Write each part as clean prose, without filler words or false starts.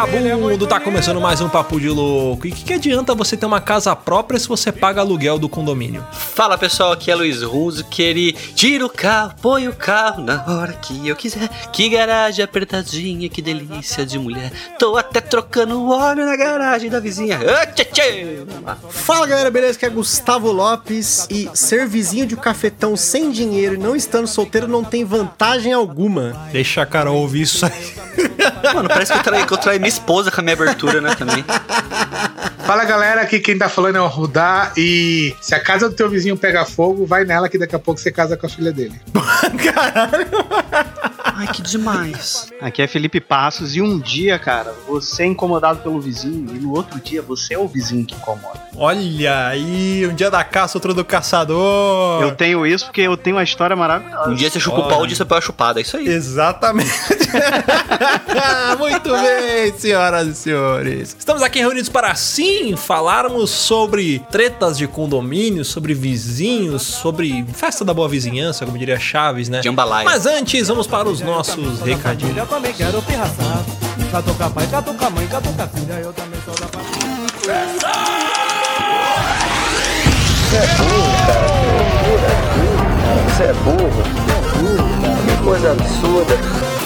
vagabundo, tá começando mais um Papo de Louco. E que adianta você ter uma casa própria se você paga aluguel do condomínio? Fala pessoal, aqui é Luiz Russo, que ele tira o carro, põe o carro na hora que eu quiser. Que garagem apertadinha, que delícia de mulher. Tô até trocando óleo na garagem da vizinha. Fala galera, beleza? Que é Gustavo Lopes. E ser vizinho de um cafetão sem dinheiro e não estando solteiro não tem vantagem alguma. Deixa a Carol ouvir isso aí. Mano, parece que eu traí minha esposa com a minha abertura, né, também. Fala galera, aqui quem tá falando é o Rudá. E se a casa do teu vizinho pega fogo, vai nela que daqui a pouco você casa com a filha dele. Caralho. Ai, que demais. Aqui é Felipe Passos e um dia, cara, você é incomodado pelo vizinho e no outro dia você é o vizinho que incomoda. Olha aí, um dia da caça, outro do caçador. Eu tenho isso porque eu tenho uma história maravilhosa. Um dia você chupa o pau, um dia você põe a chupada, é isso aí. Exatamente. Muito bem, senhoras e senhores. Estamos aqui reunidos para, sim, falarmos sobre tretas de condomínio, sobre vizinhos, sobre festa da boa vizinhança, como diria Chaves, né? Jambalaya. Mas antes, vamos para os nossos recadinhos. Eu também quero pirraçar. Catou com a pai, catou com a mãe, catou com a filha. Eu também sou da família. Você é burro, cara. Você é burro. Que coisa absurda.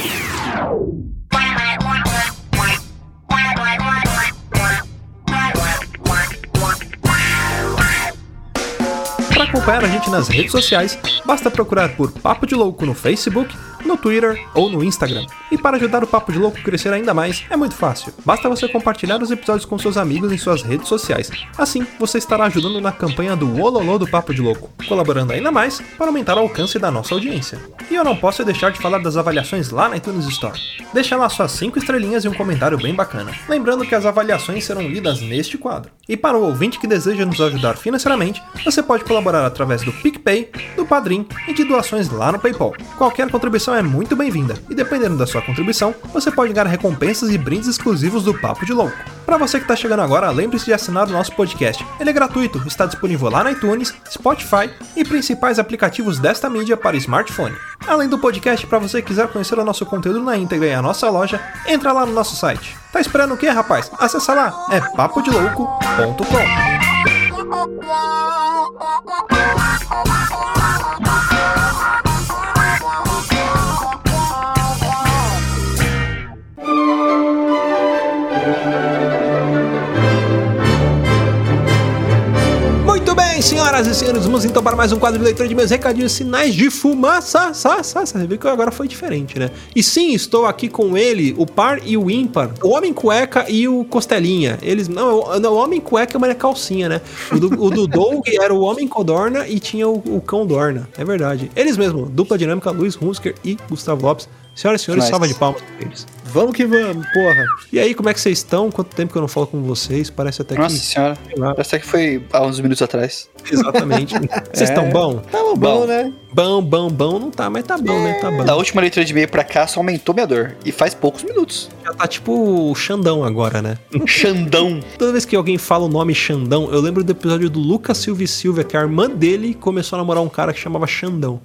Para acompanhar a gente nas redes sociais, basta procurar por Papo de Louco no Facebook, no Twitter ou no Instagram. E para ajudar o Papo de Louco a crescer ainda mais, é muito fácil. Basta você compartilhar os episódios com seus amigos em suas redes sociais. Assim, você estará ajudando na campanha do Ololô do Papo de Louco, colaborando ainda mais para aumentar o alcance da nossa audiência. E eu não posso deixar de falar das avaliações lá na iTunes Store. Deixa lá suas 5 estrelinhas e um comentário bem bacana. Lembrando que as avaliações serão lidas neste quadro. E para o ouvinte que deseja nos ajudar financeiramente, você pode colaborar através do PicPay, do Padrim e de doações lá no PayPal. Qualquer contribuição é muito bem-vinda, e dependendo da sua contribuição, você pode ganhar recompensas e brindes exclusivos do Papo de Louco. Para você que está chegando agora, lembre-se de assinar o nosso podcast. Ele é gratuito, está disponível lá na iTunes, Spotify e principais aplicativos desta mídia para smartphone. Além do podcast, para você que quiser conhecer o nosso conteúdo na íntegra e a nossa loja, entra lá no nosso site. Tá esperando o quê, rapaz? Acessa lá, é papodelouco.com. Muito bem, senhoras e senhores, vamos então para mais um quadro de leitura de meus recadinhos, sinais de fumaça. Você viu que agora foi diferente, né? E sim, estou aqui com ele, o par e o ímpar, o homem cueca e o costelinha. Eles, não, o homem cueca é uma calcinha, né? O do Doug era o homem codorna e tinha o cão dorna, é verdade. Eles mesmo, dupla dinâmica, Luiz Hunsker e Gustavo Lopes. Senhoras e senhores, salva de palmas pra eles. Vamos que vamos, porra. E aí, como é que vocês estão? Quanto tempo que eu não falo com vocês? Parece até que... Nossa senhora, parece que foi há uns minutos atrás. Exatamente. Vocês estão bom? Tamo bom, né? Bom, não tá, mas tá bom, né? Tá bom. Da última leitura de e-mail pra cá, só aumentou minha dor. E faz poucos minutos. Já tá tipo o Xandão agora, né? Xandão. Toda vez que alguém fala o nome Xandão, eu lembro do episódio do Lucas Silva e Silvia, que a irmã dele começou a namorar um cara que chamava Xandão.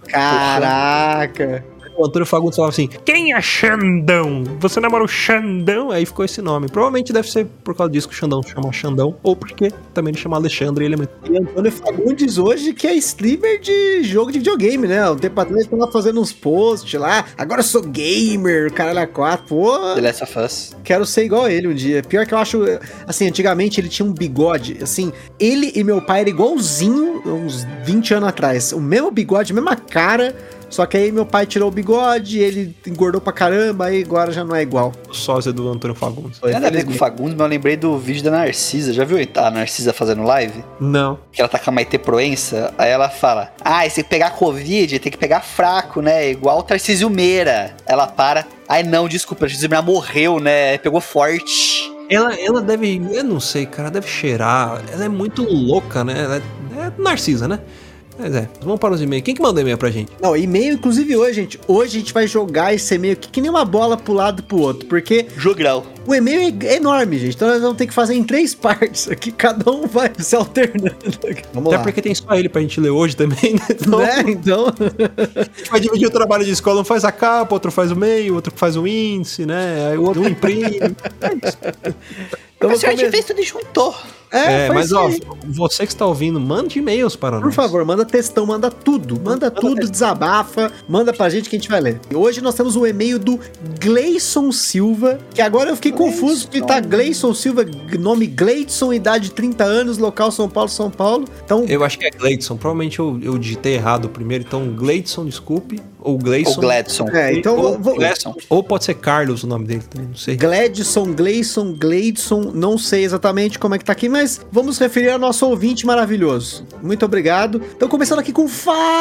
Caraca. O Antônio Fagundes falava assim: quem é Xandão? Você namora o Xandão? Aí ficou esse nome. Provavelmente deve ser por causa disso que o Xandão chama Xandão, ou porque também ele chama Alexandre e ele é muito... E Antônio Fagundes hoje que é streamer de jogo de videogame, né? Um tempo atrás ele tava fazendo uns posts lá. Agora eu sou gamer, caralho a 4. Pô, The Last of Us. Quero ser igual a ele um dia. Pior que eu acho, assim, antigamente ele tinha um bigode, assim, ele e meu pai eram igualzinho uns 20 anos atrás. O mesmo bigode, a mesma cara. Só que aí meu pai tirou o bigode, ele engordou pra caramba, aí agora já não é igual. O sósia do Antônio Fagundes. Nada a ver com o Fagundes, mas eu lembrei do vídeo da Narcisa. Já viu a Narcisa fazendo live? Não. Que ela tá com a Maite Proença, aí ela fala: e se pegar Covid, tem que pegar fraco, né? Igual o Tarcísio Meira. Ela para: ai não, desculpa, o Tarcísio Meira morreu, né? Pegou forte. Ela deve, eu não sei, cara, deve cheirar. Ela é muito louca, né? Ela é Narcisa, né? Mas vamos para os e-mails. Quem que mandou e-mail pra gente? Não, e-mail, inclusive hoje, gente. Hoje a gente vai jogar esse e-mail aqui que nem uma bola pro lado e pro outro, porque Jogral. o e-mail é enorme, gente. Então nós vamos ter que fazer em 3 partes aqui, cada um vai se alternando. Vamos Até lá. porque tem só ele pra gente ler hoje também, né? Então, Né? Então, a gente vai dividir o trabalho de escola. Um faz a capa, outro faz o meio, outro faz o índice, né? Aí o outro imprime. É isso. então Mas vou a gente fez tudo juntou. faz Mas isso ó, aí. você que está ouvindo, mande e-mails para nós. Por favor, manda textão, manda tudo. Manda tudo, desabafa, manda pra gente que a gente vai ler. E hoje nós temos um e-mail do Gleison Silva, que agora eu fiquei confuso, porque tá Gleison Silva, nome Gleidson, idade 30 anos, local São Paulo, São Paulo. Então, Eu acho que é Gleidson. Provavelmente eu digitei errado primeiro. Então, Gleidson, desculpe. Ou Gleison. O Gladson. então Ou, vou... Gleidson. ou pode ser Carlos o nome dele também, não sei. Gladson, Gleison, Gleidson, não sei exatamente como é que tá aqui, mas vamos referir ao nosso ouvinte maravilhoso. Muito obrigado. Então, começando aqui com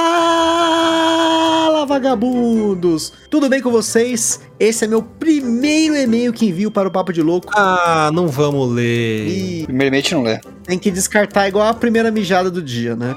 Fala, vagabundos! Tudo bem com vocês? Esse é meu primeiro e-mail que envio para o Papo de Louco. Ah, não vamos ler. E Primeiramente não lê. tem que descartar igual a primeira mijada do dia, né?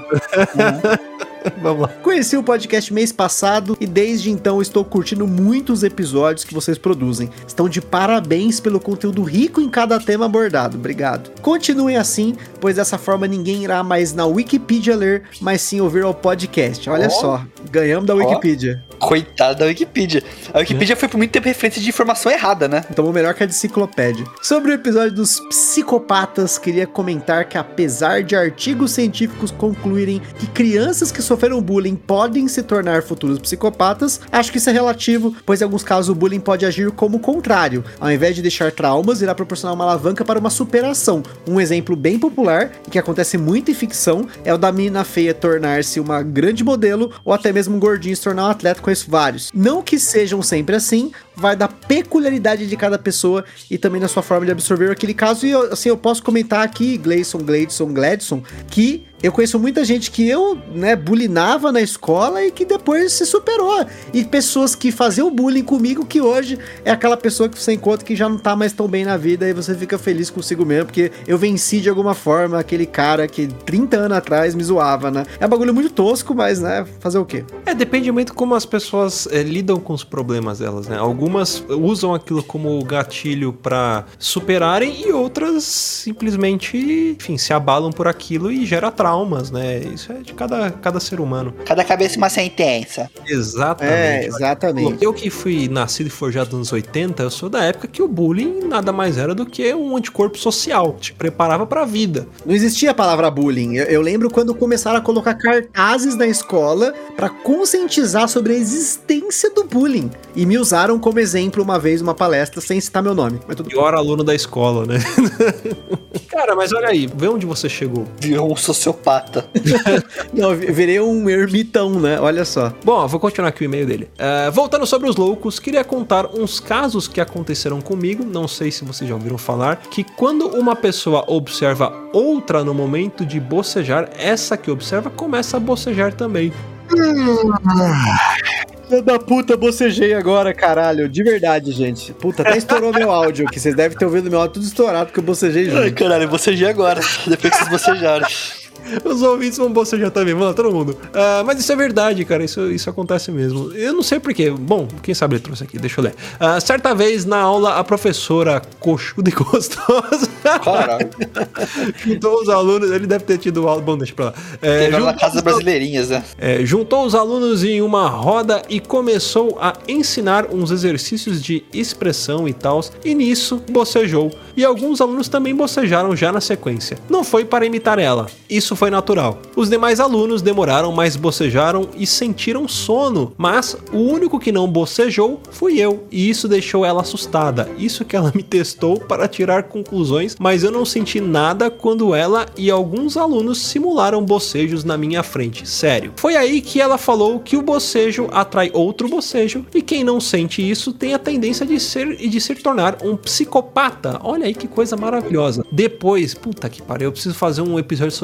Vamos lá. Conheci o podcast mês passado e desde então estou curtindo muitos episódios que vocês produzem. Estão de parabéns pelo conteúdo rico em cada tema abordado. Obrigado. Continuem assim, pois dessa forma ninguém irá mais na Wikipedia ler, mas sim ouvir ao podcast. Olha só, ganhamos da Wikipedia. Coitado da Wikipedia. A Wikipedia foi por muito tempo referência de informação errada, né? Então, melhor que a de enciclopédia. Sobre o episódio dos psicopatas, queria comentar que apesar de artigos científicos concluírem que crianças que sofreram bullying podem se tornar futuros psicopatas, acho que isso é relativo, pois em alguns casos o bullying pode agir como o contrário. Ao invés de deixar traumas, irá proporcionar uma alavanca para uma superação. Um exemplo bem popular, e que acontece muito em ficção, é o da menina feia tornar-se uma grande modelo, ou até mesmo um gordinho se tornar um atleta. Conheço vários. Não que sejam sempre assim, vai da peculiaridade de cada pessoa e também da sua forma de absorver aquele caso. E eu posso comentar aqui, Gleidson, que eu conheço muita gente que eu, bulinava na escola e que depois se superou. E pessoas que faziam bullying comigo, que hoje é aquela pessoa que você encontra que já não tá mais tão bem na vida e você fica feliz consigo mesmo, porque eu venci de alguma forma aquele cara que 30 anos atrás me zoava, né? É um bagulho muito tosco, mas, fazer o quê? Depende muito como as pessoas lidam com os problemas delas, né? Algumas usam aquilo como gatilho pra superarem e outras simplesmente, enfim, se abalam por aquilo e gera traumas, né? Isso é de cada ser humano. Cada cabeça uma sentença. Exatamente. Exatamente. Eu que fui nascido e forjado nos anos 80, eu sou da época que o bullying nada mais era do que um anticorpo social, te preparava pra vida. Não existia a palavra bullying. Eu lembro quando começaram a colocar cartazes na escola pra conscientizar sobre a existência do bullying. E me usaram como exemplo uma vez uma palestra sem citar meu nome. Mas tudo... Pior aluno da escola, né? Cara, mas olha aí, vê onde você chegou. Virou um sociopata. Não, eu virei um ermitão, né? Olha só. Bom, eu vou continuar aqui o e-mail dele. Voltando sobre os loucos, queria contar uns casos que aconteceram comigo, não sei se vocês já ouviram falar, que quando uma pessoa observa outra no momento de bocejar, essa que observa começa a bocejar também. Filho da puta, bocejei agora, caralho. De verdade, gente. Puta, até estourou meu áudio aqui. Vocês devem ter ouvido meu áudio tudo estourado porque eu bocejei junto. Ai, caralho, eu bocejei agora, depois que vocês bocejaram. Os ouvintes vão bocejar também, mano, todo mundo. Mas isso é verdade, cara, isso acontece mesmo. Eu não sei porquê. Bom, quem sabe ele trouxe aqui, deixa eu ler. Certa vez, na aula, a professora coxuda e gostosa Caralho. juntou os alunos, ele deve ter tido aula, bom, deixa pra lá. Teve na casa das brasileirinhas, né? Juntou os alunos em uma roda e começou a ensinar uns exercícios de expressão e tal, e nisso bocejou. E alguns alunos também bocejaram já na sequência. Não foi para imitar ela, isso foi natural. Os demais alunos demoraram, mas bocejaram e sentiram sono, mas o único que não bocejou fui eu, e isso deixou ela assustada. Isso que ela me testou para tirar conclusões, mas eu não senti nada quando ela e alguns alunos simularam bocejos na minha frente, sério. Foi aí que ela falou que o bocejo atrai outro bocejo, e quem não sente isso tem a tendência de se tornar um psicopata. Olha aí que coisa maravilhosa. Depois, puta que pariu, eu preciso fazer um episódio sobre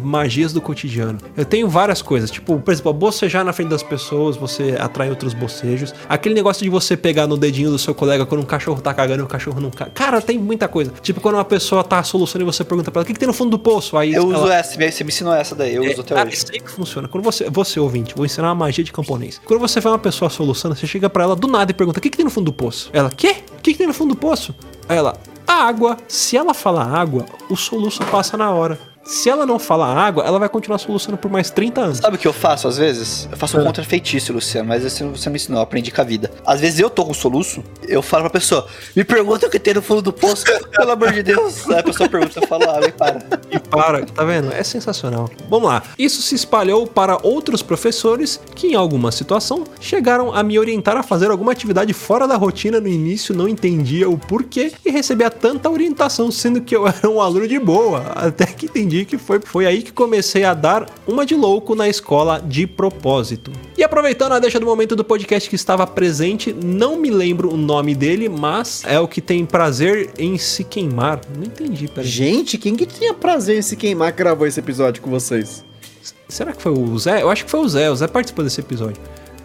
magias do cotidiano. Eu tenho várias coisas, tipo, por exemplo, bocejar na frente das pessoas, você atrai outros bocejos. Aquele negócio de você pegar no dedinho do seu colega quando um cachorro tá cagando e o cachorro não caga. Cara, tem muita coisa. Tipo, quando uma pessoa tá solucionando e você pergunta pra ela, o que tem no fundo do poço? Aí eu uso essa, você me ensinou essa daí, eu uso até hoje. É assim que funciona. Quando você ouvinte, vou ensinar uma magia de camponês. Quando você vê uma pessoa soluçando, você chega pra ela do nada e pergunta, o que tem no fundo do poço? Ela, quê? O que tem no fundo do poço? Aí ela, a água. Se ela falar água, o soluço passa na hora. Se ela não falar água, ela vai continuar solucionando por mais 30 anos. Sabe o que eu faço às vezes? Eu faço um contra-feitiço, Luciano, mas esse você me ensinou, eu aprendi com a vida. Às vezes eu tô com soluço, eu falo pra pessoa, me pergunta o que tem no fundo do poço, pelo amor de Deus. Aí a pessoa pergunta, eu falo água e para. E para, tá vendo? É sensacional. Vamos lá. Isso se espalhou para outros professores que, em alguma situação, chegaram a me orientar a fazer alguma atividade fora da rotina no início, não entendia o porquê e recebia tanta orientação, sendo que eu era um aluno de boa, até que entendi que foi aí que comecei a dar uma de louco na escola de propósito. E aproveitando a deixa do momento do podcast que estava presente, não me lembro o nome dele, mas é o que tem prazer em se queimar. Não entendi, peraí. Gente, quem que tinha prazer em se queimar que gravou esse episódio com vocês? Será que foi o Zé? Eu acho que foi o Zé participou desse episódio.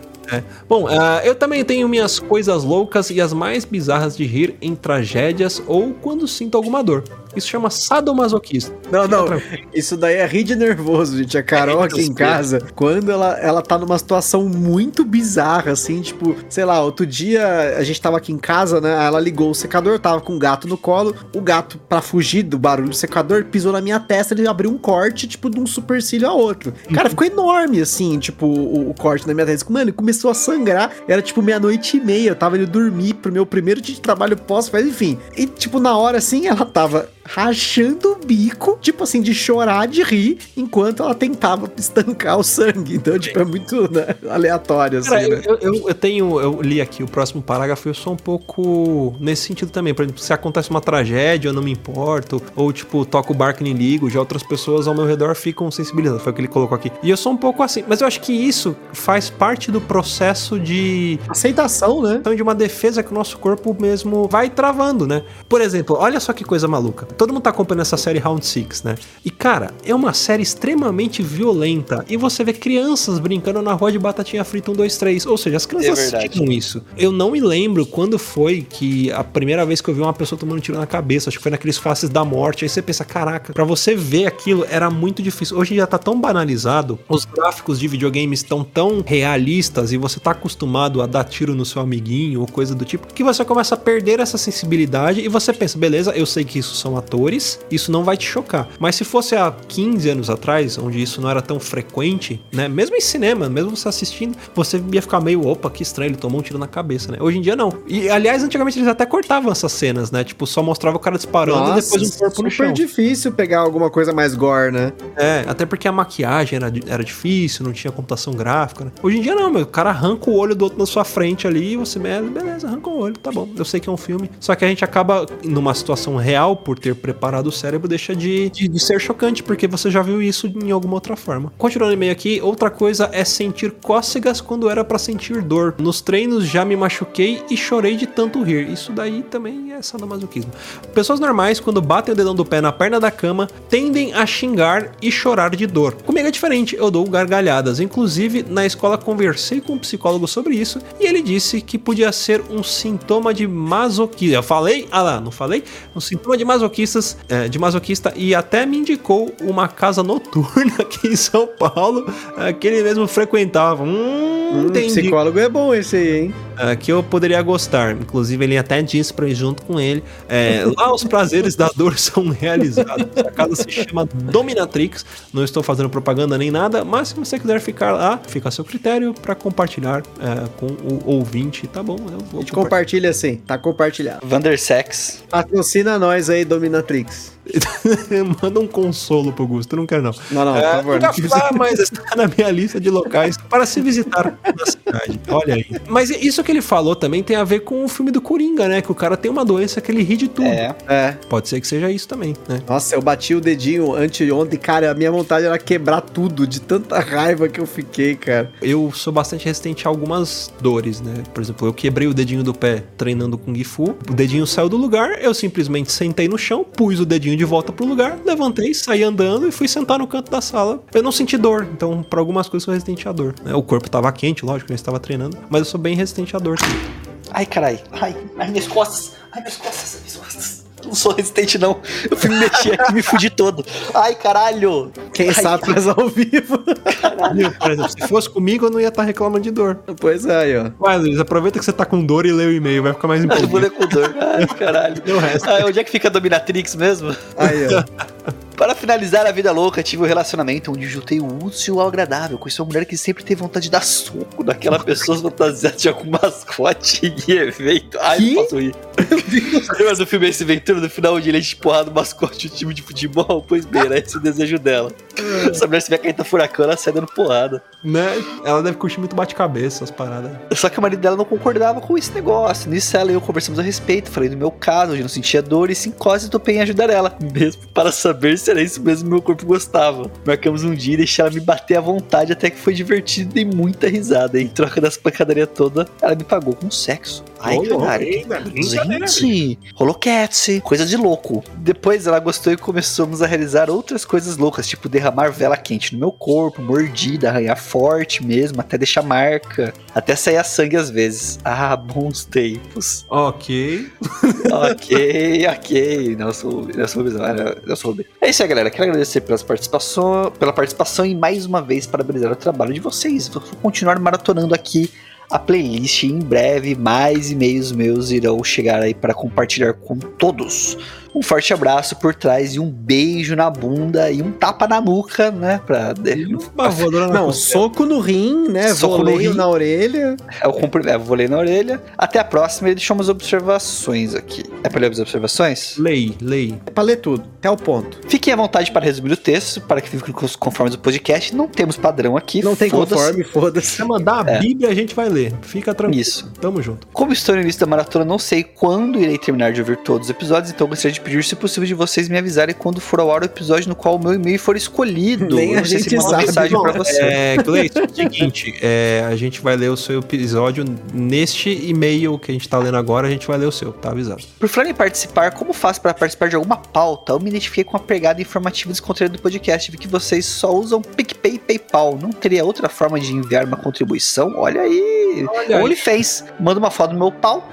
Bom, eu também tenho minhas coisas loucas e as mais bizarras de rir em tragédias ou quando sinto alguma dor. Isso chama sadomasoquismo. Não, isso daí é rir de nervoso, gente. A Carol aqui em casa, quando ela tá numa situação muito bizarra, assim, tipo, sei lá, outro dia a gente tava aqui em casa, né, ela ligou o secador, tava com o gato no colo, o gato, pra fugir do barulho do secador, pisou na minha testa, ele abriu um corte, tipo, de um supercílio a outro. Cara, ficou enorme, assim, tipo, o corte na minha testa. Mano, ele começou a sangrar, era tipo 00:30, eu tava indo dormir pro meu primeiro dia de trabalho pós, mas enfim. E, tipo, na hora, assim, ela tava rachando o bico, tipo assim, de chorar, de rir, enquanto ela tentava estancar o sangue. Então, tipo, é muito, né, aleatório, assim, cara, né? Eu li aqui o próximo parágrafo e eu sou um pouco nesse sentido também. Por exemplo, se acontece uma tragédia, eu não me importo, ou tipo, toco o barco e nem ligo, já outras pessoas ao meu redor ficam sensibilizadas, foi o que ele colocou aqui. E eu sou um pouco assim, mas eu acho que isso faz parte do processo de aceitação, né? Então, de uma defesa que o nosso corpo mesmo vai travando, né? Por exemplo, olha só que coisa maluca. Todo mundo tá acompanhando essa série Round 6, né? E, cara, é uma série extremamente violenta. E você vê crianças brincando na rua de batatinha frita 1, 2, 3. Ou seja, as crianças assistiram isso. Eu não me lembro quando foi que a primeira vez que eu vi uma pessoa tomando um tiro na cabeça. Acho que foi naqueles Faces da Morte. Aí você pensa, caraca, pra você ver aquilo era muito difícil. Hoje já tá tão banalizado. Os gráficos de videogames estão tão realistas e você tá acostumado a dar tiro no seu amiguinho ou coisa do tipo, que você começa a perder essa sensibilidade e você pensa, beleza, eu sei que isso são atores, isso não vai te chocar. Mas se fosse há 15 anos atrás, onde isso não era tão frequente, né? Mesmo em cinema, mesmo você assistindo, você ia ficar meio, opa, que estranho, ele tomou um tiro na cabeça, né? Hoje em dia não. E, aliás, antigamente eles até cortavam essas cenas, né? Tipo, só mostrava o cara disparando e depois um corpo no chão. Super difícil pegar alguma coisa mais gore, né? Até porque a maquiagem era difícil, não tinha computação gráfica, né? Hoje em dia não, meu. O cara arranca o olho do outro na sua frente ali e você, beleza, arranca o olho, tá bom. Eu sei que é um filme. Só que a gente acaba, numa situação real, por ter preparado o cérebro, deixa de ser chocante, porque você já viu isso em alguma outra forma. Continuando e-mail aqui, outra coisa é sentir cócegas quando era pra sentir dor. Nos treinos já me machuquei e chorei de tanto rir. Isso daí também é sadomasoquismo. Pessoas normais, quando batem o dedão do pé na perna da cama, tendem a xingar e chorar de dor. Comigo é diferente, eu dou gargalhadas. Inclusive, na escola conversei com um psicólogo sobre isso e ele disse que podia ser um sintoma de masoquismo. Eu falei? Ah lá, não falei? Um sintoma de masoquista e até me indicou uma casa noturna aqui em São Paulo que ele mesmo frequentava. Entendi. Psicólogo é bom esse aí, hein? Que eu poderia gostar. Inclusive, ele até disse pra ir junto com ele. Lá os prazeres da dor são realizados. A casa se chama Dominatrix. Não estou fazendo propaganda nem nada, mas se você quiser ficar lá, fica a seu critério pra compartilhar com o ouvinte. Tá bom, eu vou. A gente compartilha assim, tá compartilhado. Vandersex. Patrocina nós aí, Dominatrix. Manda um consolo pro Gusto, eu não quero não. Não, por favor. Mas está na minha lista de locais para se visitar na cidade. Olha aí. Mas isso que ele falou também tem a ver com o filme do Coringa, né? Que o cara tem uma doença que ele ri de tudo. Pode ser que seja isso também, né? Nossa, eu bati o dedinho anteontem, cara, a minha vontade era quebrar tudo, de tanta raiva que eu fiquei, cara. Eu sou bastante resistente a algumas dores, né? Por exemplo, eu quebrei o dedinho do pé treinando Kung Fu, o dedinho saiu do lugar, eu simplesmente sentei no chão, pus o dedinho de volta pro lugar, levantei, saí andando e fui sentar no canto da sala. Eu não senti dor, então pra algumas coisas eu sou resistente à dor, né? O corpo tava quente, lógico, eu estava treinando, mas eu sou bem resistente à dor, sim. Ai, carai. Ai, minhas costas. Não sou resistente, não. Eu fui me mexer aqui e me fudi todo. Ai, caralho. Quem sabe faz ao vivo. Caralho. Por exemplo, se fosse comigo, eu não ia estar reclamando de dor. Pois é, aí, ó. Vai, Luiz, aproveita que você tá com dor e lê o e-mail, vai ficar mais Eu vou empolgado. ler com dor. Ai, caralho. E o resto? Onde é que fica a Dominatrix mesmo? Aí, ó. Para finalizar a vida louca, tive um relacionamento onde juntei o útil ao agradável. Conheci uma mulher que sempre teve vontade de dar soco daquela pessoa fantasiada de algum mascote em evento. Ai, Que? não posso rir. Lembra do filme Ace Ventura, no final, onde ele enche porrada do mascote do time de futebol? Pois bem, era esse o desejo dela. Essa mulher, se vier cair furacão, ela sai dando porrada. Né? Ela deve curtir muito bate-cabeça, as paradas. Só que o marido dela não concordava com esse negócio. Nisso ela e eu conversamos a respeito. Falei do meu caso, onde não sentia dor e sim quase topei em ajudar ela. Mesmo para saber se era isso mesmo que meu corpo gostava. Marcamos um dia e deixei ela me bater à vontade, até que foi divertido e dei muita risada. Em troca das pancadarias toda, ela me pagou com sexo. Ai, caralho. Gente, rolou cat, coisa de louco. Depois ela gostou e começamos a realizar outras coisas loucas, tipo derramar vela quente no meu corpo, mordida, arranhar forte mesmo, até deixar marca, até sair sangue às vezes. Ah, bons tempos. Ok. Ok. Não sou Rubens. É isso aí, galera. Quero agradecer pela participação e mais uma vez parabenizar o trabalho de vocês. Vou continuar maratonando aqui a playlist. Em breve mais e-mails meus irão chegar aí para compartilhar com todos. Um forte abraço por trás e um beijo na bunda e um tapa na nuca, né? Não, soco no rim, né? Voleio na orelha. Voleio na orelha. Até a próxima e deixamos observações aqui. É pra ler as observações? Lei. É pra ler tudo, até o ponto. Fiquem à vontade para resumir o texto, para que fiquem com os conformes do podcast. Não temos padrão aqui. Não tem conforme, foda-se. Se mandar a Bíblia, a gente vai ler. Fica tranquilo. Isso. Tamo junto. Como estou no início da maratona, não sei quando irei terminar de ouvir todos os episódios, então gostaria de pedir, se possível, de vocês me avisarem quando for ao ar o episódio no qual o meu e-mail for escolhido. Nem a gente manda sabe. mensagem pra você. Gleice, é o seguinte, a gente vai ler o seu episódio neste e-mail que a gente tá lendo agora, a gente vai ler o seu, tá avisado. Por falar em participar, como faço para participar de alguma pauta? Eu me identifiquei com a pegada informativa e descontraída do podcast, vi que vocês só usam PicPay e PayPal. Não teria outra forma de enviar uma contribuição? Olha aí. OnlyFans. Manda uma foto do meu pau,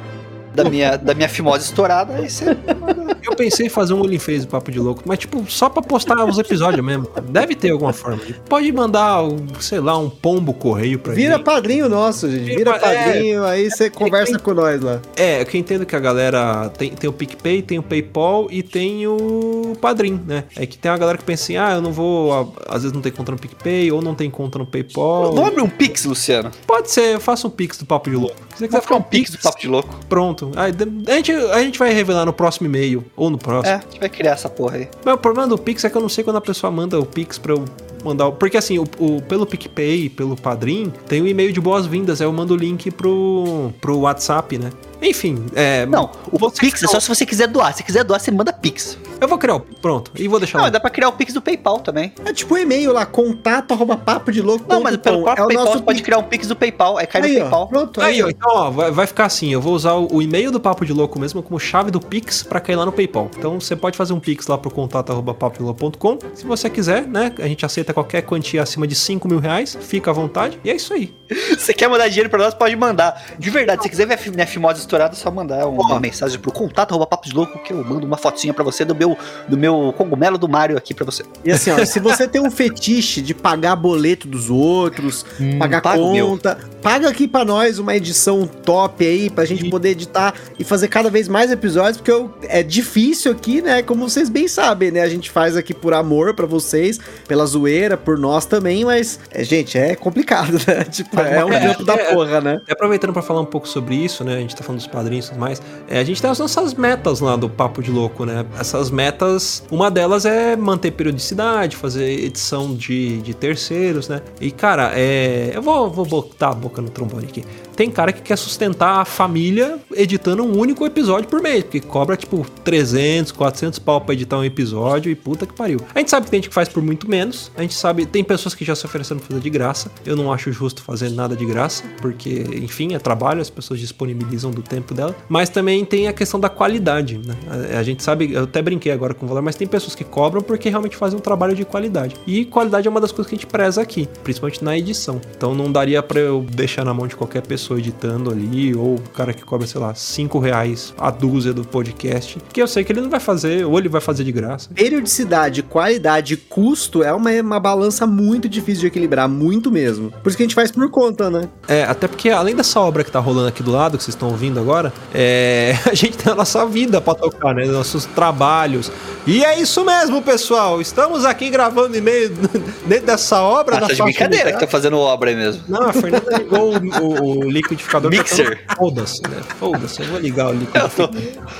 da minha fimose estourada, aí você manda. Eu pensei em fazer um OnlyFans do Papo de Louco, mas tipo, só pra postar os episódios mesmo. Deve ter alguma forma. Pode mandar, sei lá, um pombo correio pra gente. Vira padrinho nosso, gente. Vira padrinho, aí você conversa com nós lá. É, eu entendo que a galera tem o PicPay, tem o PayPal e tem o Padrim, né? É que tem uma galera que pensa assim, eu não vou, às vezes não tem conta no PicPay ou não tem conta no PayPal. Vamos abrir um Pix, Luciano? Pode ser, eu faço um Pix do Papo de Louco. Se você quiser ficar um Pix do Papo de Louco. Pronto. Aí, a gente vai revelar no próximo e-mail ou no próximo. A gente vai criar essa porra aí. Mas o problema do Pix é que eu não sei quando a pessoa manda o Pix pra eu mandar. Porque assim, pelo PicPay, pelo Padrim, tem o e-mail de boas-vindas. Aí eu mando o link pro WhatsApp, né? Enfim, Não, o Pix é só se você quiser doar. Se quiser doar, você manda Pix. Eu vou criar pronto. E vou deixar lá. Não, dá pra criar o Pix do PayPal também. É tipo o e-mail lá, contato@papodillouco.com. Não, mas pelo próprio PayPal você pode criar um Pix do PayPal. Aí cai no PayPal. Pronto, Aí, ó. Então, ó, vai ficar assim. Eu vou usar o e-mail do Papo de Louco mesmo como chave do Pix pra cair lá no PayPal. Então você pode fazer um Pix lá pro contato@papodillouco.com. Se você quiser, né? A gente aceita qualquer quantia acima de R$5.000. Fica à vontade. E é isso aí. Você quer mandar dinheiro pra nós, pode mandar. De verdade, se quiser ver minha fimose estourada, é só mandar uma mensagem pro contato@papodillouco que eu mando uma fotinha pra você do meu cogumelo do Mario aqui pra você. E assim, ó, se você tem um fetiche de pagar boleto dos outros, pagar conta, paga aqui pra nós uma edição top aí, pra gente poder editar e fazer cada vez mais episódios, porque é difícil aqui, né, como vocês bem sabem, né, a gente faz aqui por amor pra vocês, pela zoeira, por nós também, mas, gente, é complicado, né, tipo, é um trampo da porra, né. Aproveitando pra falar um pouco sobre isso, né, a gente tá falando dos padrinhos e tudo mais, a gente tem as nossas metas lá do Papo de Louco, né, essas metas, uma delas é manter periodicidade, fazer edição de terceiros, né, e cara, eu vou botar a boca no trombone aqui. tem cara que quer sustentar a família editando um único episódio por mês, porque cobra, tipo, 300, 400 pau pra editar um episódio e puta que pariu. A gente sabe que tem gente que faz por muito menos, a gente sabe, tem pessoas que já se ofereceram pra fazer de graça. Eu não acho justo fazer nada de graça, porque, enfim, é trabalho, as pessoas disponibilizam do tempo dela, mas também tem a questão da qualidade, né? A gente sabe, eu até brinquei agora com o valor, mas tem pessoas que cobram porque realmente fazem um trabalho de qualidade. E qualidade é uma das coisas que a gente preza aqui, principalmente na edição. Então não daria pra eu deixar na mão de qualquer pessoa editando ali, ou o cara que cobra, sei lá, R$5 a dúzia do podcast, que eu sei que ele não vai fazer, ou ele vai fazer de graça. Periodicidade, qualidade e custo é uma balança muito difícil de equilibrar, muito mesmo. Por isso que a gente faz por conta, né? Até porque além dessa obra que tá rolando aqui do lado, que vocês estão ouvindo agora, a gente tem a nossa vida pra tocar, né? Nossos trabalhos. E é isso mesmo, pessoal. Estamos aqui gravando e-mail dentro dessa obra. Tá de brincadeira que tá fazendo obra aí mesmo. Não, a Fernanda ligou o liquidificador. Mixer. Foda-se, né? Foda-se, eu vou ligar o liquidificador.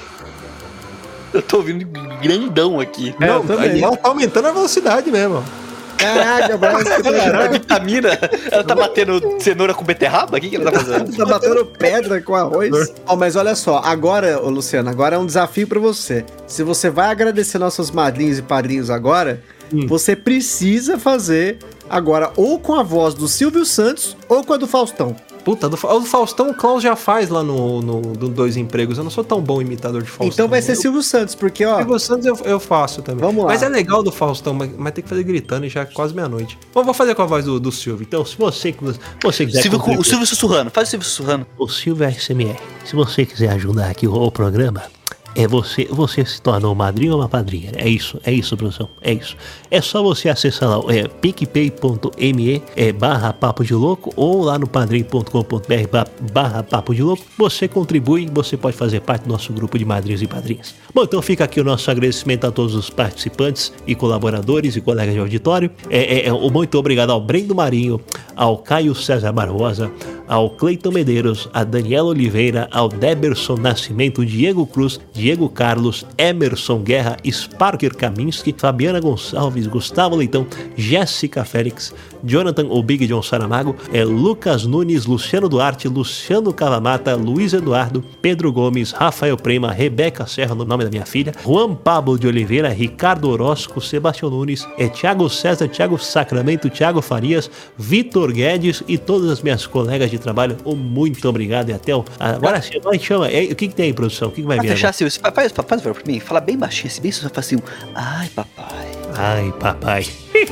Eu tô ouvindo grandão aqui. Não, ela tá aumentando a velocidade mesmo. Caraca, A vitamina, ela tá batendo cenoura com beterraba? O que ela tá fazendo? Tá batendo pedra com arroz. Mas olha só, agora, Luciano, agora é um desafio pra você. Se você vai agradecer nossos madrinhos e padrinhos agora, você precisa fazer agora ou com a voz do Silvio Santos ou com a do Faustão. Puta, o do Faustão o Klaus já faz lá no Dois Empregos. Eu não sou tão bom imitador de Faustão. Então vai ser Silvio Santos, porque ó... Silvio Santos eu faço também. Vamos lá. Mas é legal do Faustão, mas tem que fazer gritando e já é quase meia-noite. Bom, vou fazer com a voz do Silvio. Então, se você quiser... O Silvio sussurrando, faz o Silvio sussurrando. O Silvio SMR. Se você quiser ajudar aqui o programa... Você se torna um madrinho ou uma padrinha. É isso, produção. É isso. É só você acessar lá picpay.me /papo de louco ou lá no padrim.com.br /papo de louco. Você contribui, você pode fazer parte do nosso grupo de madrinhos e padrinhas. Bom, então fica aqui o nosso agradecimento a todos os participantes e colaboradores e colegas de auditório. Muito obrigado ao Brendo Marinho, ao Caio César Barbosa, ao Cleiton Medeiros, a Daniela Oliveira, ao Deberson Nascimento, Diego Cruz, Diego Carlos, Emerson Guerra, Sparker Kaminski, Fabiana Gonçalves, Gustavo Leitão, Jéssica Félix, Jonathan o Big John Saramago, Lucas Nunes, Luciano Duarte, Luciano Cavamata, Luiz Eduardo, Pedro Gomes, Rafael Prema, Rebeca Serra, no nome da minha filha, Juan Pablo de Oliveira, Ricardo Orozco, Sebastião Nunes, Thiago César, Thiago Sacramento, Thiago Farias, Vitor Guedes e todas as minhas colegas de trabalho. Muito obrigado e até o... Agora sim, chama. O que tem aí, produção? O que vai vir? Fechar, Silvio, faz pra mim, fala bem baixinho, assim, bem só assim, ai, papai. Ai, papai.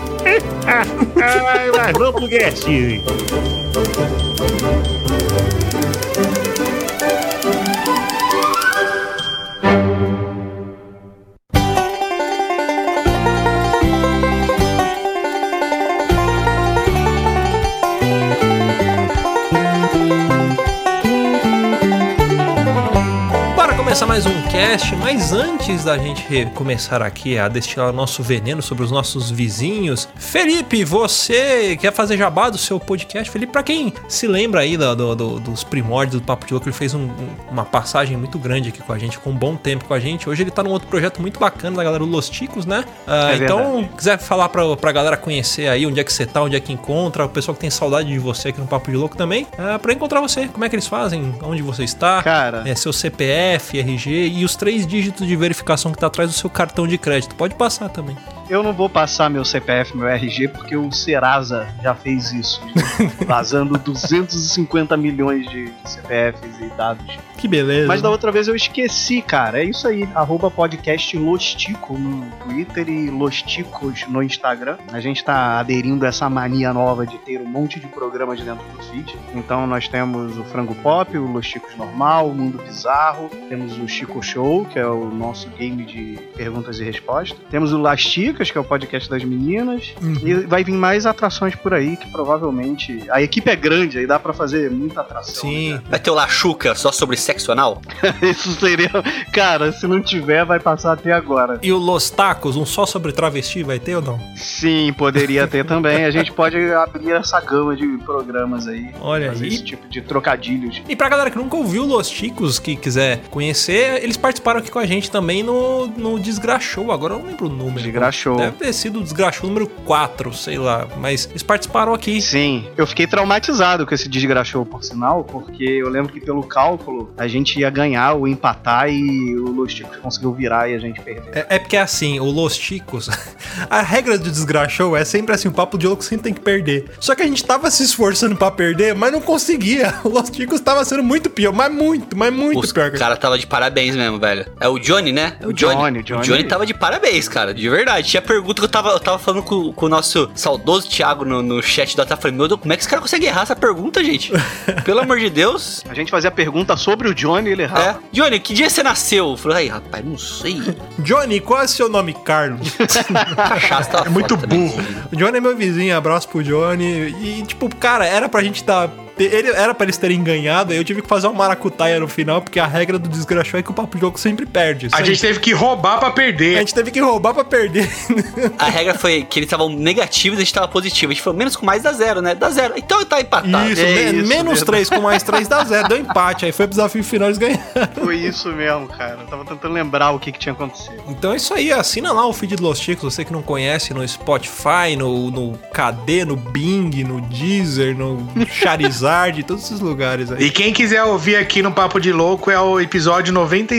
Ai, vamos pro guest. Começa mais um cast, mas antes da gente começar aqui a destilar o nosso veneno sobre os nossos vizinhos, Felipe, você quer fazer jabá do seu podcast? Felipe, pra quem se lembra aí dos primórdios do Papo de Louco, ele fez uma passagem muito grande aqui com a gente, com um bom tempo com a gente. Hoje ele tá num outro projeto muito bacana da galera do Los Ticos, né? Então, quiser falar pra galera conhecer aí onde é que você tá, onde é que encontra, o pessoal que tem saudade de você aqui no Papo de Louco também, pra encontrar você, como é que eles fazem, onde você está, cara, seu CPF, RG e os 3 dígitos de verificação que tá atrás do seu cartão de crédito. Pode passar também. Eu não vou passar meu CPF, meu RG, porque o Serasa já fez isso, vazando 250 milhões de CPFs e dados. Que beleza. Mas da outra vez eu esqueci, cara. É isso aí, @podcast Lostico no Twitter e Losticos no Instagram. A gente tá aderindo a essa mania nova de ter um monte de programas dentro do feed. Então nós temos o Frango Pop, o Losticos Normal, o Mundo Bizarro, temos o Chico Show, que é o nosso game de perguntas e respostas. Temos o Lasticas, que é o podcast das meninas. E vai vir mais atrações por aí, que provavelmente... A equipe é grande, aí dá pra fazer muita atração. Sim. Né? Vai ter o Lachuca só sobre sexo anal? Isso seria... Cara, se não tiver, vai passar até agora. E o Los Tacos, um só sobre travesti, vai ter ou não? Sim, poderia ter também. A gente pode abrir essa gama de programas aí. Olha fazer aí. esse tipo de trocadilhos. E pra galera que nunca ouviu Los Ticos, que quiser conhecer, eles eles participaram aqui com a gente também no Desgrachou. Agora eu não lembro o número. Desgrachou. Deve ter sido o Desgrachou número 4, sei lá. Mas eles participaram aqui. Sim, eu fiquei traumatizado com esse Desgrachou, por sinal, porque eu lembro que pelo cálculo a gente ia ganhar ou empatar e o Los Ticos conseguiu virar e a gente perdeu. É porque assim, o Los Ticos, a regra do Desgrachou é sempre assim, o Papo de Louco sempre tem que perder. Só que a gente tava se esforçando pra perder, mas não conseguia. O Los Ticos tava sendo muito pior, mas muito pior. O cara tava de parabéns mesmo, velho. É o Johnny, né? O Johnny. O Johnny tava de parabéns, cara, de verdade. Tinha pergunta que eu tava falando com o nosso saudoso Thiago no chat do WhatsApp. Falei, meu Deus, como é que esse cara consegue errar essa pergunta, gente? Pelo amor de Deus. A gente fazia pergunta sobre o Johnny e ele errava. É. Johnny, que dia você nasceu? Eu falei, ai, rapaz, não sei. Johnny, qual é seu nome, Carlos? Cachaça tava É muito foda também, burro. assim. O Johnny é meu vizinho, abraço pro Johnny. E, tipo, cara, era pra gente dar... Era pra eles terem ganhado, aí eu tive que fazer uma maracutaia no final, porque a regra do Desgrachou é que o Papo de Louco sempre perde. A gente teve que roubar pra A perder. gente teve que roubar pra perder. A regra foi que eles estavam negativos e a gente tava positivo. A gente falou, menos com mais dá zero, né? Dá zero. Então tá empatado. Isso, É isso, menos verdade. 3 com mais 3 dá 0, deu empate. Aí foi pro desafio final, eles ganharam. Foi isso mesmo, cara. Eu tava tentando lembrar o que tinha acontecido. Então é isso aí, assina lá o feed do Los Ticos, você que não conhece, no Spotify, no KD, no Bing, no Deezer, no Charizard, todos esses lugares aí. E quem quiser ouvir aqui no Papo de Louco é o episódio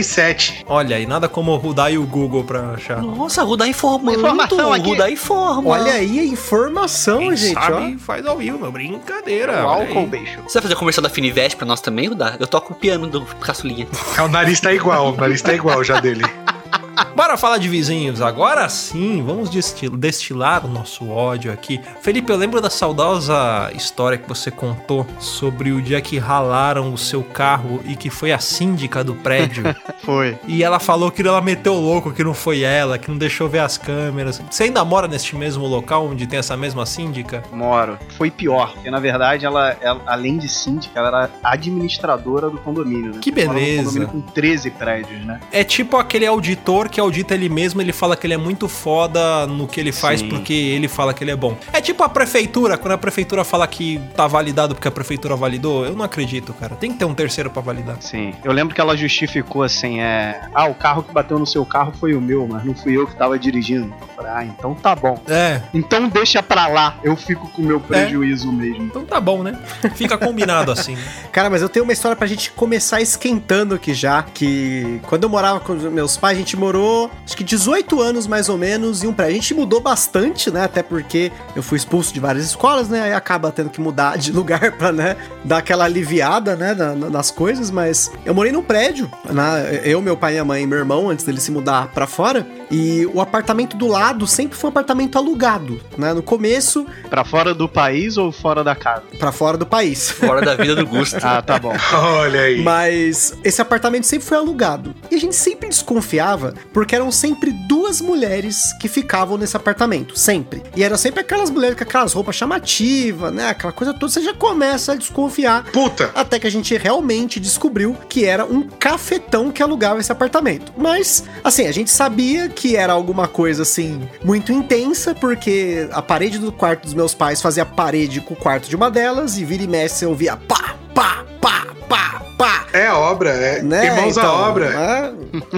97. Olha aí, nada como o Rudá e o Google pra achar. Nossa, Rudá informa. Informação aqui. Rudá informa. Olha aí a informação, Quem gente, sabe ó. faz ao vivo, meu, brincadeira. O olha álcool, aí. bicho. Você vai fazer a comercial da Finivest pra nós também, Rudá? Eu toco o piano do Caçulinha. O nariz tá igual, já dele. Bora falar de vizinhos, agora sim, vamos destilar o nosso ódio aqui. Felipe, eu lembro da saudosa história que você contou sobre o dia que ralaram o seu carro e que foi a síndica do prédio. Foi. E ela falou que ela meteu o louco, que não foi ela, que não deixou ver as câmeras. Você ainda mora neste mesmo local onde tem essa mesma síndica? Moro. Foi pior, porque na verdade ela além de síndica, ela era administradora do condomínio, né? Que Mora num beleza. condomínio com 13 prédios, né? É tipo aquele auditor que audita ele mesmo, ele fala que ele é muito foda no que ele faz Sim. porque ele fala que ele é bom. É tipo a prefeitura, quando a prefeitura fala que tá validado porque a prefeitura validou, eu não acredito, cara. Tem que ter um terceiro pra validar. Sim. Eu lembro que ela justificou assim, o carro que bateu no seu carro foi o meu, mas não fui eu que tava dirigindo. Eu falei, então tá bom. É, Então deixa pra lá, eu fico com o meu prejuízo mesmo. então tá bom, né? Fica combinado assim. Cara, mas eu tenho uma história pra gente começar esquentando aqui já, que quando eu morava com os meus pais, a gente morou, acho que 18 anos mais ou menos, em um prédio. A gente mudou bastante, né, até porque eu fui expulso de várias escolas, né, aí acaba tendo que mudar de lugar pra, né, dar aquela aliviada, né, nas coisas, mas eu morei num prédio, né, eu, meu pai, minha mãe e meu irmão, antes dele se mudar pra fora, e o apartamento do lado sempre foi um apartamento alugado, né, no começo, Pra fora do país ou fora da casa? pra fora do país. Fora da vida do Gusto. Ah, tá bom. Olha aí. Mas esse apartamento sempre foi alugado. E a gente sempre desconfiava, porque eram sempre duas mulheres que ficavam nesse apartamento. Sempre. E eram sempre aquelas mulheres com aquelas roupas chamativas, né? Aquela coisa toda. Você já começa a desconfiar. Puta. Até que a gente realmente descobriu que era um cafetão que alugava esse apartamento. Mas, assim, a gente sabia que era alguma coisa, assim, muito intensa, porque a parede do quarto dos meus pais fazia parede com o quarto de uma delas, e vira e mexe você ouvia pá, pá, pá, pá, pá. É obra, Né? Irmãos à Então, obra. né?